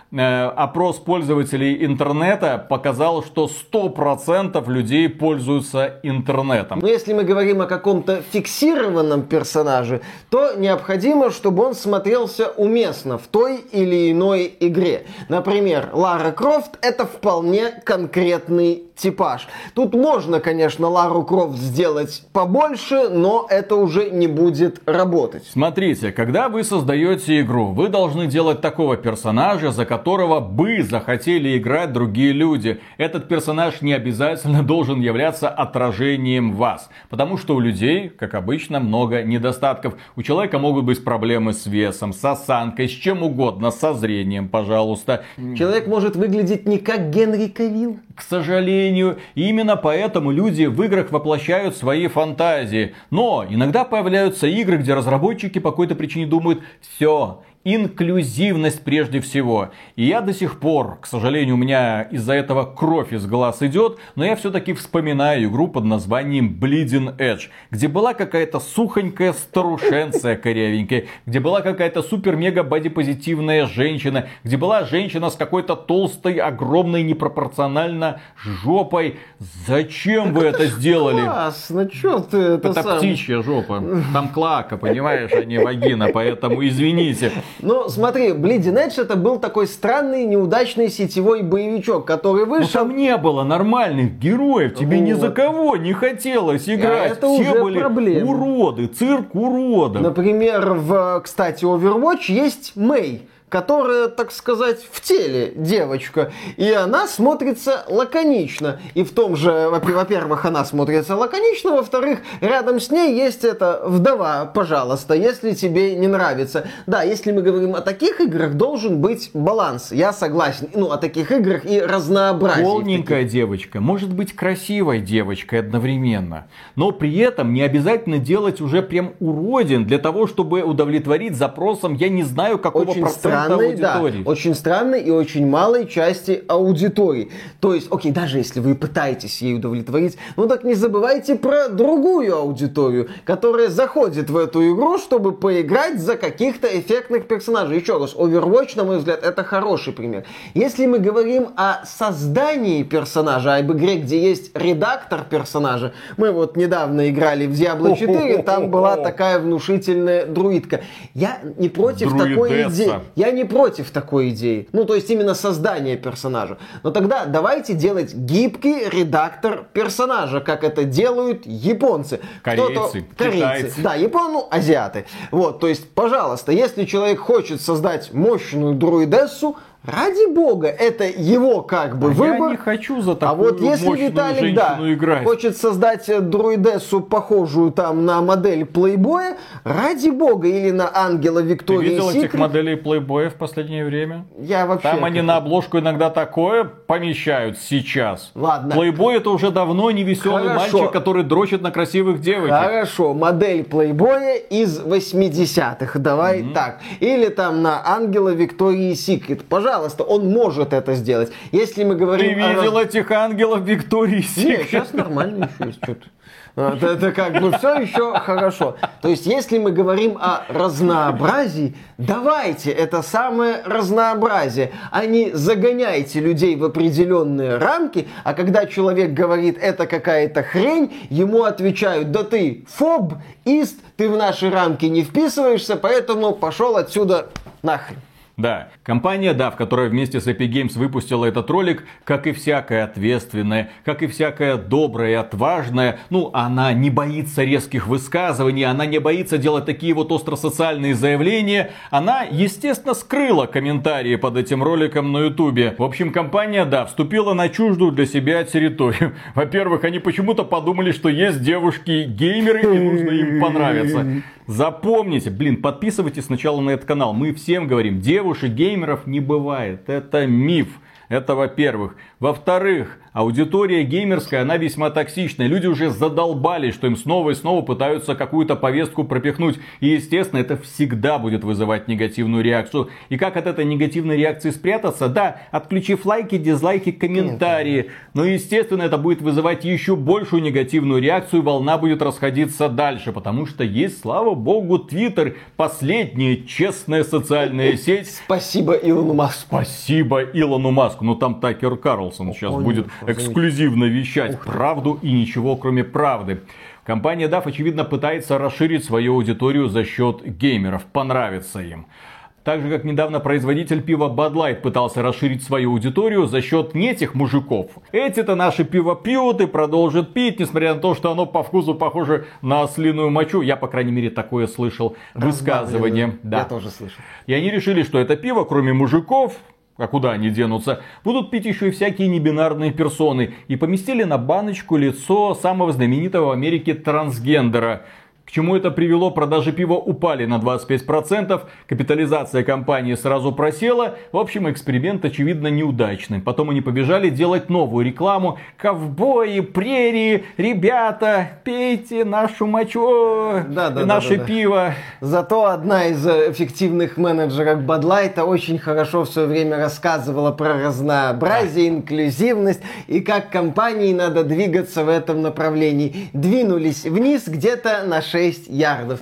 Speaker 2: опрос пользователей интернета показал, что сто процентов людей пользуются интернетом.
Speaker 1: Но если мы говорим о каком-то фиксированном персонаже, то необходимо, чтобы он смотрелся уместно в той или иной игре. Например, Лара Крофт — это вполне конкретный типаж. Тут можно, конечно, Лару Крофт сделать побольше, но это уже не будет работать.
Speaker 2: Смотрите, когда вы создаете игру, вы должны делать такого персонажа, за которого бы захотели играть другие люди. Этот персонаж не обязательно должен являться отражением вас, потому что у людей, как обычно, много недостатков. У человека могут быть проблемы с весом, с осанкой, с чем угодно, со зрением, пожалуйста.
Speaker 1: Человек может выглядеть не как Генри Кавилл.
Speaker 2: К сожалению, именно поэтому люди в играх воплощают свои фантазии. Но иногда появляются игры, где разработчики по какой-то причине думают: все, инклюзивность прежде всего. И я до сих пор, к сожалению, у меня из-за этого кровь из глаз идет, но я все-таки вспоминаю игру под названием Bleeding Edge, где была какая-то сухонькая старушенция корявенькая, где была какая-то супер-мега бодипозитивная женщина, где была женщина с какой-то толстой, огромной, непропорционально жопой. Зачем так вы это, это сделали?
Speaker 1: Классно, что ты это
Speaker 2: Это
Speaker 1: сам...
Speaker 2: птичья жопа. Там клака, понимаешь, а не вагина, поэтому извините.
Speaker 1: Ну, смотри, Bleeding Edge — это был такой странный, неудачный сетевой боевичок, который вышел...
Speaker 2: Но там не было нормальных героев, тебе вот. Ни за кого не хотелось играть.
Speaker 1: А это
Speaker 2: все
Speaker 1: уже
Speaker 2: были
Speaker 1: проблема.
Speaker 2: Уроды, цирк уродов.
Speaker 1: Например, в, кстати, Overwatch есть Мэй, которая, так сказать, в теле девочка. И она смотрится лаконично. И в том же, во-первых, она смотрится лаконично, во-вторых, рядом с ней есть эта вдова, пожалуйста, если тебе не нравится. Да, если мы говорим о таких играх, должен быть баланс. Я согласен. Ну, о таких играх и разнообразие.
Speaker 2: Полненькая девочка может быть красивой девочкой одновременно. Но при этом не обязательно делать уже прям уродин для того, чтобы удовлетворить запросам, я не знаю, какого
Speaker 1: Очень
Speaker 2: процента
Speaker 1: странной, да, очень странной и очень малой части аудитории. То есть, окей, даже если вы пытаетесь ей удовлетворить, ну так не забывайте про другую аудиторию, которая заходит в эту игру, чтобы поиграть за каких-то эффектных персонажей. Еще раз, Overwatch, на мой взгляд, это хороший пример. Если мы говорим о создании персонажа, об игре, где есть редактор персонажа, мы вот недавно играли в Diablo четыре, там была такая внушительная друидка. Я не против такой идеи. Я не против такой идеи. Ну, то есть именно создание персонажа. Но тогда давайте делать гибкий редактор персонажа, как это делают японцы.
Speaker 2: Корейцы,
Speaker 1: Корейцы.
Speaker 2: китайцы.
Speaker 1: Да, япону, ну, азиаты. Вот, то есть, пожалуйста, если человек хочет создать мощную друидессу, ради бога, это его как бы
Speaker 2: а
Speaker 1: выбор.
Speaker 2: Я не хочу за такую
Speaker 1: а вот если
Speaker 2: мощную
Speaker 1: Виталик, да,
Speaker 2: играть.
Speaker 1: хочет создать друидессу, похожую там на модель плейбоя, ради бога, или на ангела Виктории Секрет.
Speaker 2: Ты видел этих моделей плейбоя в последнее время?
Speaker 1: Я вообще...
Speaker 2: Там они на обложку иногда такое помещают сейчас.
Speaker 1: Ладно.
Speaker 2: Плейбой — это уже давно не веселый
Speaker 1: Хорошо.
Speaker 2: мальчик, который дрочит на красивых девочек.
Speaker 1: Хорошо, модель плейбоя из восьмидесятых, давай mm-hmm. так. Или там на ангела Виктории Секрет. Пожалуйста, он может это сделать. Если мы говорим...
Speaker 2: Ты видел
Speaker 1: о...
Speaker 2: этих ангелов Виктории Секрет?
Speaker 1: Нет, сейчас нормально еще есть что-то. Это, это как бы все еще хорошо. То есть, если мы говорим о разнообразии, давайте это самое разнообразие, а не загоняйте людей в определенные рамки, а когда человек говорит, это какая-то хрень, ему отвечают, да ты фоб, ист, ты в наши рамки не вписываешься, поэтому пошел отсюда нахрен.
Speaker 2: Да, компания дав, которая вместе с Epic Games выпустила этот ролик, как и всякая ответственная, как и всякая добрая и отважная, ну, она не боится резких высказываний, она не боится делать такие вот остросоциальные заявления, она, естественно, скрыла комментарии под этим роликом на ютубе. В общем, компания дав вступила на чуждую для себя территорию. Во-первых, они почему-то подумали, что есть девушки-геймеры и нужно им понравиться. Запомните, блин, подписывайтесь сначала на этот канал. Мы всем говорим, девушек-геймеров не бывает. Это миф. Это во-первых. Во-вторых, Аудитория геймерская, она весьма токсичная. Люди уже задолбались, что им снова и снова пытаются какую-то повестку пропихнуть. И, естественно, это всегда будет вызывать негативную реакцию. И как от этой негативной реакции спрятаться? Да, отключив лайки, дизлайки, комментарии. Но, естественно, это будет вызывать еще большую негативную реакцию. И волна будет расходиться дальше. Потому что есть, слава богу, Твиттер. Последняя честная социальная сеть.
Speaker 1: Спасибо Илону Маску.
Speaker 2: Спасибо Илону Маску. Ну там Такер Карлсон сейчас
Speaker 1: О,
Speaker 2: будет
Speaker 1: нет,
Speaker 2: эксклюзивно вещать
Speaker 1: Ух,
Speaker 2: правду и ничего кроме правды. Компания даф, очевидно, пытается расширить свою аудиторию за счет геймеров. Понравится им. Так же, как недавно производитель пива Bud Light пытался расширить свою аудиторию за счет не этих мужиков. Эти-то наши пиво пьют и продолжат пить, несмотря на то, что оно по вкусу похоже на ослиную мочу. Я, по крайней мере, такое слышал высказывание. Да.
Speaker 1: Я тоже слышал.
Speaker 2: И они решили, что это пиво, кроме мужиков, а куда они денутся, будут пить еще и всякие небинарные персоны. И поместили на баночку лицо самого знаменитого в Америке трансгендера. К чему это привело? Продажи пива упали на двадцать пять процентов, капитализация компании сразу просела. В общем, эксперимент, очевидно, неудачный. Потом они побежали делать новую рекламу. Ковбои, прерии, ребята, пейте нашу мочу
Speaker 1: да, да,
Speaker 2: и наше
Speaker 1: да, да,
Speaker 2: пиво.
Speaker 1: Зато одна из эффективных менеджеров Bud Light очень хорошо в свое время рассказывала про разнообразие, инклюзивность и как компании надо двигаться в этом направлении. Двинулись вниз где-то на шесть ярдов.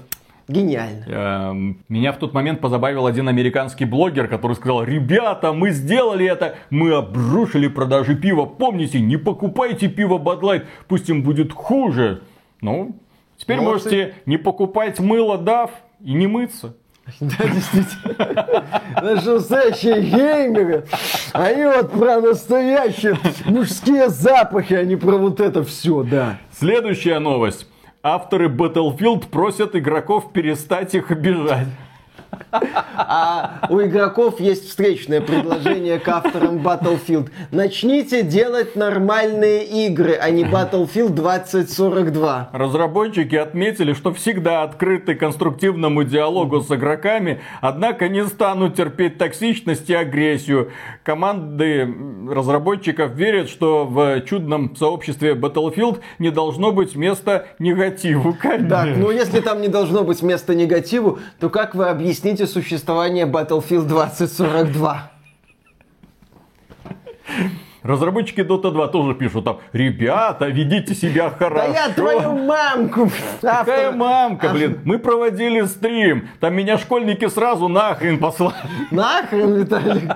Speaker 1: Гениально.
Speaker 2: Меня в тот момент позабавил один американский блогер, который сказал: ребята, мы сделали это, мы обрушили продажи пива. Помните, не покупайте пиво Bud Light, пусть им будет хуже. Ну, теперь Молодцы. Можете не покупать мыло даф и не мыться.
Speaker 1: Да, действительно. Наши настоящие геймеры, они вот про настоящие мужские запахи, а не про вот это все, да.
Speaker 2: Следующая новость. Авторы Battlefield просят игроков перестать их обижать.
Speaker 1: А у игроков есть встречное предложение к авторам Battlefield. Начните делать нормальные игры, а не Battlefield двадцать сорок два.
Speaker 2: Разработчики отметили, что всегда открыты к конструктивному диалогу с игроками, однако не станут терпеть токсичность и агрессию. Команды разработчиков верят, что в чудном сообществе Battlefield не должно быть места негативу. Конечно.
Speaker 1: Так, ну если там не должно быть места негативу, то как вы объясните существование Battlefield двадцать сорок два?
Speaker 2: Разработчики Дота два тоже пишут там: ребята, ведите себя хорошо.
Speaker 1: Да я твою мамку!
Speaker 2: Какая мамка, блин? Мы проводили стрим. Там меня школьники сразу нахрен послали.
Speaker 1: Нахрен, Виталик?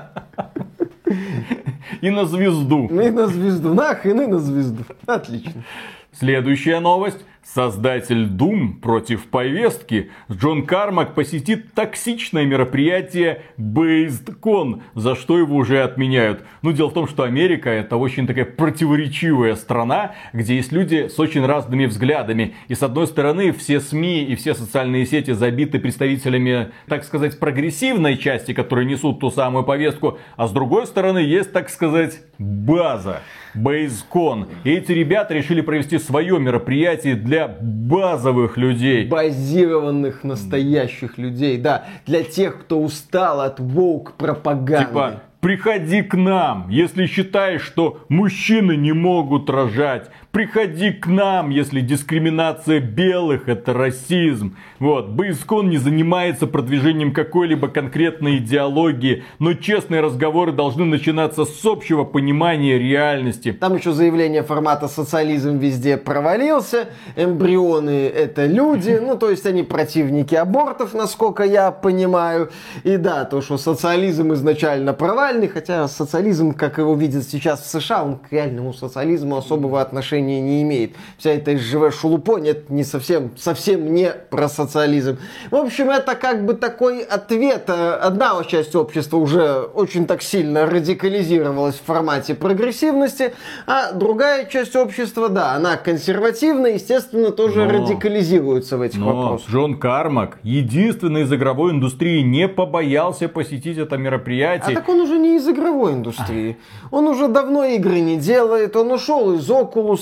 Speaker 2: И на звезду.
Speaker 1: И на звезду. Нахрен и на звезду. Отлично.
Speaker 2: Следующая новость. Создатель Doom против повестки. Джон Кармак посетит токсичное мероприятие BasedCon, за что его уже отменяют. Ну, дело в том, что Америка — это очень такая противоречивая страна, где есть люди с очень разными взглядами. И с одной стороны, все СМИ и все социальные сети забиты представителями, так сказать, прогрессивной части, которые несут ту самую повестку. А с другой стороны, есть, так сказать, база. BasedCon. И эти ребята решили провести свое мероприятие для базовых людей.
Speaker 1: Базированных настоящих людей, да. Для тех, кто устал от воук-пропаганды.
Speaker 2: Типа, приходи к нам, если считаешь, что мужчины не могут рожать. Приходи к нам, если дискриминация белых — это расизм. Вот. BasedCon не занимается продвижением какой-либо конкретной идеологии, но честные разговоры должны начинаться с общего понимания реальности.
Speaker 1: Там еще заявление формата «социализм везде провалился», эмбрионы — это люди, ну то есть они противники абортов, насколько я понимаю. И да, то, что социализм изначально провальный, хотя социализм, как его видят сейчас в США, он к реальному социализму особого отношения не имеет. Вся эта ЖВ шелупо, нет, не совсем, совсем не про социализм. В общем, это как бы такой ответ. Одна часть общества уже очень так сильно радикализировалась в формате прогрессивности, а другая часть общества, да, она консервативная, естественно, тоже но, радикализируется в этих
Speaker 2: но
Speaker 1: вопросах.
Speaker 2: Джон Кармак, единственный из игровой индустрии, не побоялся посетить это мероприятие.
Speaker 1: А так он уже не из игровой индустрии. Он уже давно игры не делает, он ушел из Oculus,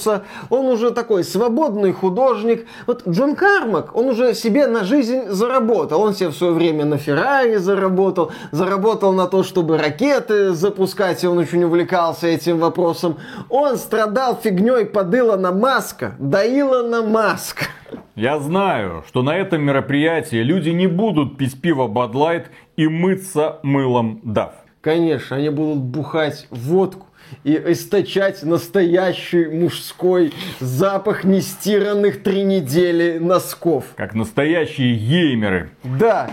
Speaker 1: ресурса, он уже такой свободный художник. Вот Джон Кармак, он уже себе на жизнь заработал. Он себе в свое время на Феррари заработал, заработал на то, чтобы ракеты запускать, и он очень увлекался этим вопросом. Он страдал фигней под Илона Маска, до Илона Маска.
Speaker 2: Я знаю, что на этом мероприятии люди не будут пить пиво Bud Light и мыться мылом Дав.
Speaker 1: Конечно, они будут бухать водку и источать настоящий мужской запах нестиранных три недели носков.
Speaker 2: Как настоящие геймеры.
Speaker 1: Да.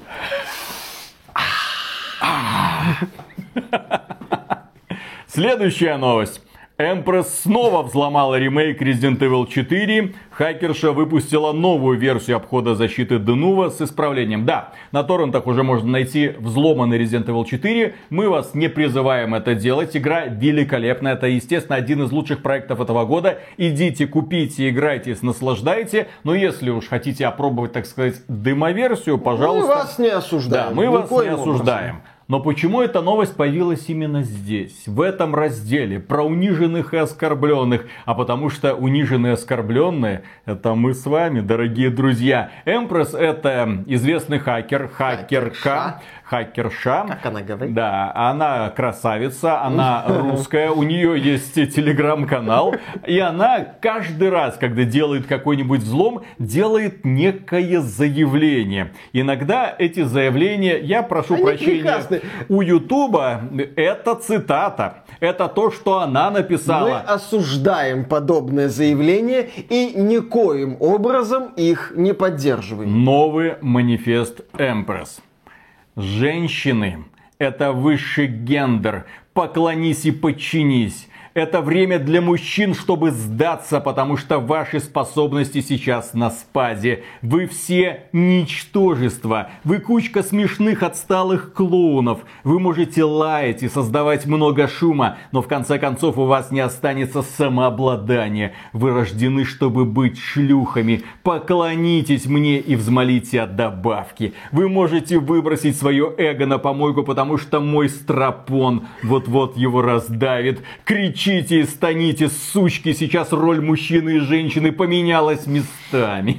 Speaker 2: Следующая новость. Empress снова взломала ремейк Resident Evil четыре. Хакерша выпустила новую версию обхода защиты Denuvo с исправлением. Да, на торрентах уже можно найти взломанный Resident Evil четыре. Мы вас не призываем это делать. Игра великолепная. Это, естественно, один из лучших проектов этого года. Идите, купите, играйтесь, наслаждайте. Но если уж хотите опробовать, так сказать, демоверсию, пожалуйста.
Speaker 1: Мы вас не осуждаем.
Speaker 2: Да, мы вас не осуждаем. Но почему эта новость появилась именно здесь, в этом разделе, про униженных и оскорбленных? А потому что униженные и оскорбленные – это мы с вами, дорогие друзья. Empress – это известный хакер, хакерка, хакерша.
Speaker 1: Как она говорит?
Speaker 2: Да, она красавица, она русская, у нее есть телеграм-канал. И она каждый раз, когда делает какой-нибудь взлом, делает некое заявление. Иногда эти заявления, я прошу
Speaker 1: Они
Speaker 2: прощения...
Speaker 1: прекрасны.
Speaker 2: У Ютуба это цитата. Это то, что она написала.
Speaker 1: Мы осуждаем подобное заявление и никоим образом их не поддерживаем.
Speaker 2: Новый манифест Empress. Женщины – это высший гендер. Поклонись и подчинись. Это время для мужчин, чтобы сдаться, потому что ваши способности сейчас на спаде. Вы все ничтожество. Вы кучка смешных отсталых клоунов. Вы можете лаять и создавать много шума, но в конце концов у вас не останется самообладания. Вы рождены, чтобы быть шлюхами. Поклонитесь мне и взмолите о добавке. Вы можете выбросить свое эго на помойку, потому что мой страпон вот-вот его раздавит. Кричите и станите, сучки, сейчас роль мужчины и женщины поменялась местами.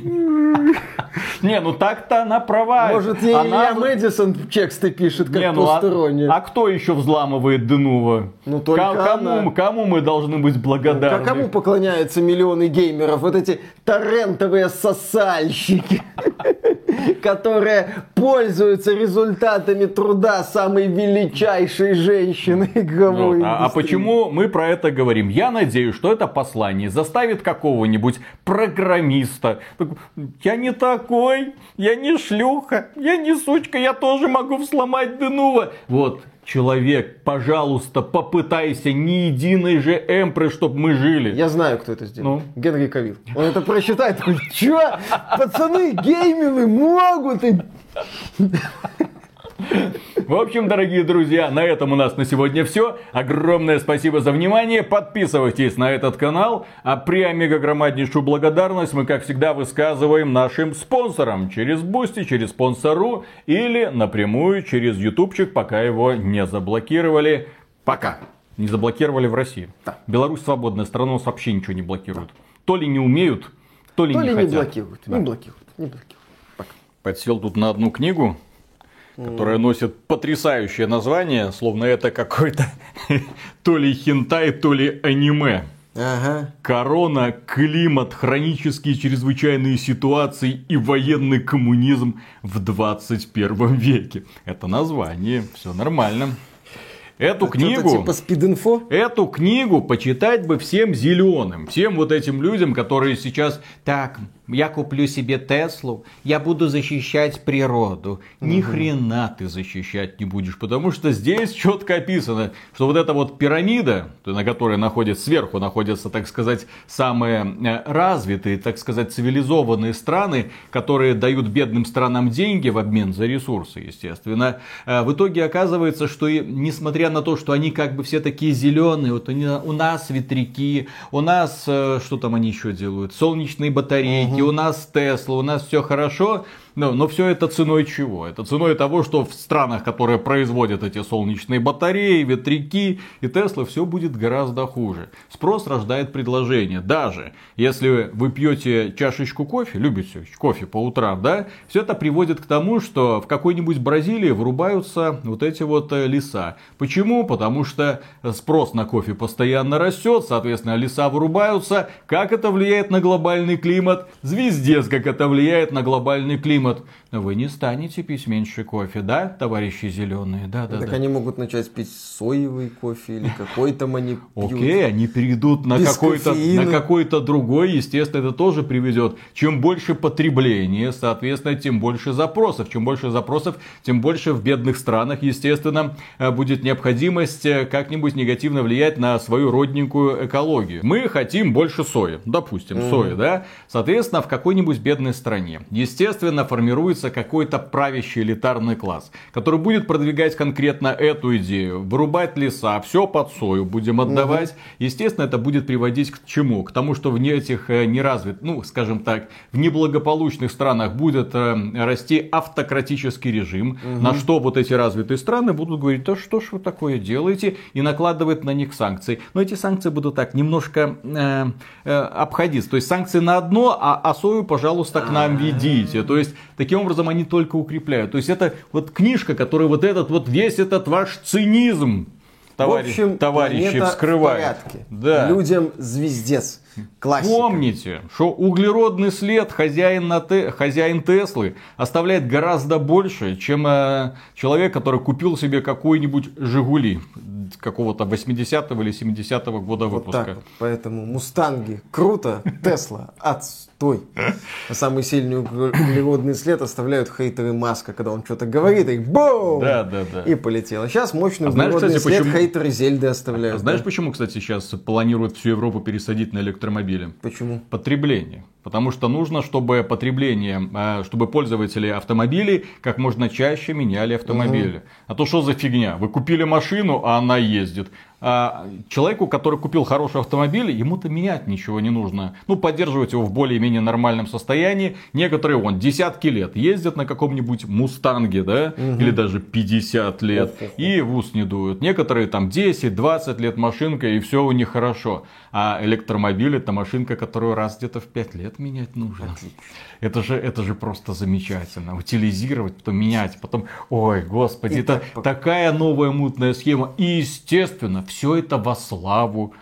Speaker 2: Не, ну так-то она права.
Speaker 1: Может, ей
Speaker 2: она...
Speaker 1: Илья Мэдисон тексты пишет, как
Speaker 2: Не, ну,
Speaker 1: посторонний.
Speaker 2: а, а кто еще взламывает Denuvo?
Speaker 1: Ну, только
Speaker 2: К- кому,
Speaker 1: она.
Speaker 2: кому мы должны быть благодарны?
Speaker 1: А кому поклоняются миллионы геймеров? Вот эти торрентовые сосальщики, которые пользуются результатами труда самой величайшей женщины игровой
Speaker 2: Вот. А, а
Speaker 1: индустрии.
Speaker 2: почему мы про это говорим? Я надеюсь, что это послание заставит какого-нибудь программиста. Я не такой, я не шлюха, я не сучка, я тоже могу взломать Denuvo. Вот. Человек, пожалуйста, попытайся, ни единой же Empress, чтобы мы жили.
Speaker 1: Я знаю, кто это сделал.
Speaker 2: Ну?
Speaker 1: Генри Кавилл. Он это прочитает, такой, чё? Пацаны, геймеры могут. И...
Speaker 2: В общем, дорогие друзья, на этом у нас на сегодня все. Огромное спасибо за внимание. Подписывайтесь на этот канал. А при омега громаднейшую благодарность мы, как всегда, высказываем нашим спонсорам. Через Бусти, через Спонсору или напрямую через ютубчик, пока его не заблокировали. Пока. Не заблокировали в России.
Speaker 1: Да.
Speaker 2: Беларусь свободная страна, у нас вообще ничего не блокируют. То ли не умеют, то ли
Speaker 1: То
Speaker 2: не
Speaker 1: ли не
Speaker 2: хотят.
Speaker 1: блокируют,
Speaker 2: Да.
Speaker 1: не блокируют, не блокируют. Пока.
Speaker 2: Подсел тут на одну книгу, которая носит потрясающее название, словно это какой-то то ли хентай, то ли аниме.
Speaker 1: Ага.
Speaker 2: Корона, климат, хронические чрезвычайные ситуации и военный коммунизм в двадцать первом веке. Это название, все нормально. Эту
Speaker 1: Это
Speaker 2: книгу...
Speaker 1: типа спид-инфо?
Speaker 2: Эту книгу почитать бы всем зеленым, всем вот этим людям, которые сейчас так, я куплю себе Теслу, я буду защищать природу. Ни хрена ты защищать не будешь, потому что здесь четко описано, что вот эта вот пирамида, на которой находится, сверху находятся, так сказать, самые развитые, так сказать, цивилизованные страны, которые дают бедным странам деньги в обмен за ресурсы, естественно. В итоге оказывается, что и, несмотря на то, что они как бы все такие зеленые, вот они, у нас ветряки, у нас, что там они еще делают, солнечные батарейки, у нас Тесла, у нас все хорошо, Но, но все это ценой чего? Это ценой того, что в странах, которые производят эти солнечные батареи, ветряки и Теслы, все будет гораздо хуже. Спрос рождает предложение. Даже если вы пьете чашечку кофе, любите кофе по утрам, да, все это приводит к тому, что в какой-нибудь Бразилии вырубаются вот эти вот леса. Почему? Потому что спрос на кофе постоянно растет, соответственно, леса вырубаются. Как это влияет на глобальный климат? Звездец, как это влияет на глобальный климат. Вы не станете пить меньше кофе, да, товарищи зеленые? Да, да,
Speaker 1: так
Speaker 2: да.
Speaker 1: они могут начать пить соевый кофе или какой там они пьют.
Speaker 2: Окей, они перейдут на какой-то, на какой-то другой, естественно, это тоже приведет. Чем больше потребления, соответственно, тем больше запросов. Чем больше запросов, тем больше в бедных странах, естественно, будет необходимость как-нибудь негативно влиять на свою родненькую экологию. Мы хотим больше сои, допустим, mm-hmm. сои, да? Соответственно, в какой-нибудь бедной стране, естественно, формируется какой-то правящий элитарный класс, который будет продвигать конкретно эту идею, вырубать леса, все под сою будем отдавать. Угу. Естественно, это будет приводить к чему? К тому, что в этих неразвитых, ну, скажем так, в неблагополучных странах будет расти автократический режим, угу. на что вот эти развитые страны будут говорить, да что ж вы такое делаете, и накладывать на них санкции. Но эти санкции будут так немножко э, э, обходиться. То есть санкции на одно, а, а сою, пожалуйста, к нам ведите. То есть таким образом они только укрепляют. То есть это вот книжка, которая вот этот вот весь этот ваш цинизм, товарищ,
Speaker 1: в общем,
Speaker 2: товарищи, вскрывает.
Speaker 1: В порядке.
Speaker 2: Да.
Speaker 1: Людям звездец. Классика.
Speaker 2: Помните, что углеродный след хозяин, на те, хозяин Теслы оставляет гораздо больше, чем э, человек, который купил себе какой-нибудь Жигули какого-то восьмидесятого или семидесятого года выпуска.
Speaker 1: Вот так вот. Поэтому мустанги круто, Тесла отстой. А самый сильный углеродный след оставляют хейтеры Маска, когда он что-то говорит, и бум!
Speaker 2: Да, да, да.
Speaker 1: И полетело. Сейчас мощный
Speaker 2: а
Speaker 1: углеродный
Speaker 2: знаешь, кстати,
Speaker 1: след
Speaker 2: почему...
Speaker 1: хейтеры Зельды оставляют.
Speaker 2: А знаешь,
Speaker 1: да?
Speaker 2: почему, кстати, сейчас планируют всю Европу пересадить на электромобили?
Speaker 1: Почему?
Speaker 2: Потребление. Потому что нужно, чтобы потребление, чтобы пользователи автомобилей как можно чаще меняли автомобили. Угу. А то что за фигня? Вы купили машину, а она ездит. А человеку, который купил хороший автомобиль, ему-то менять ничего не нужно. Ну, поддерживать его в более-менее нормальном состоянии. Некоторые, вон, десятки лет ездят на каком-нибудь Мустанге, да, угу. или даже пятьдесят лет, и в ус не дуют. Некоторые там десять-двадцать лет машинка, и все у них хорошо. А электромобиль — это машинка, которую раз где-то в пять лет менять нужно. Это же, это же просто замечательно. Утилизировать, потом менять, потом... Ой, господи, и это так... такая новая мутная схема. И, естественно, все это во славу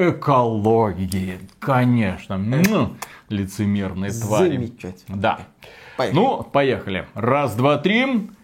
Speaker 2: экологии. Конечно. Ну, лицемерные твари.
Speaker 1: Замечательно.
Speaker 2: Да.
Speaker 1: Поехали.
Speaker 2: Ну, поехали. Раз, два, три.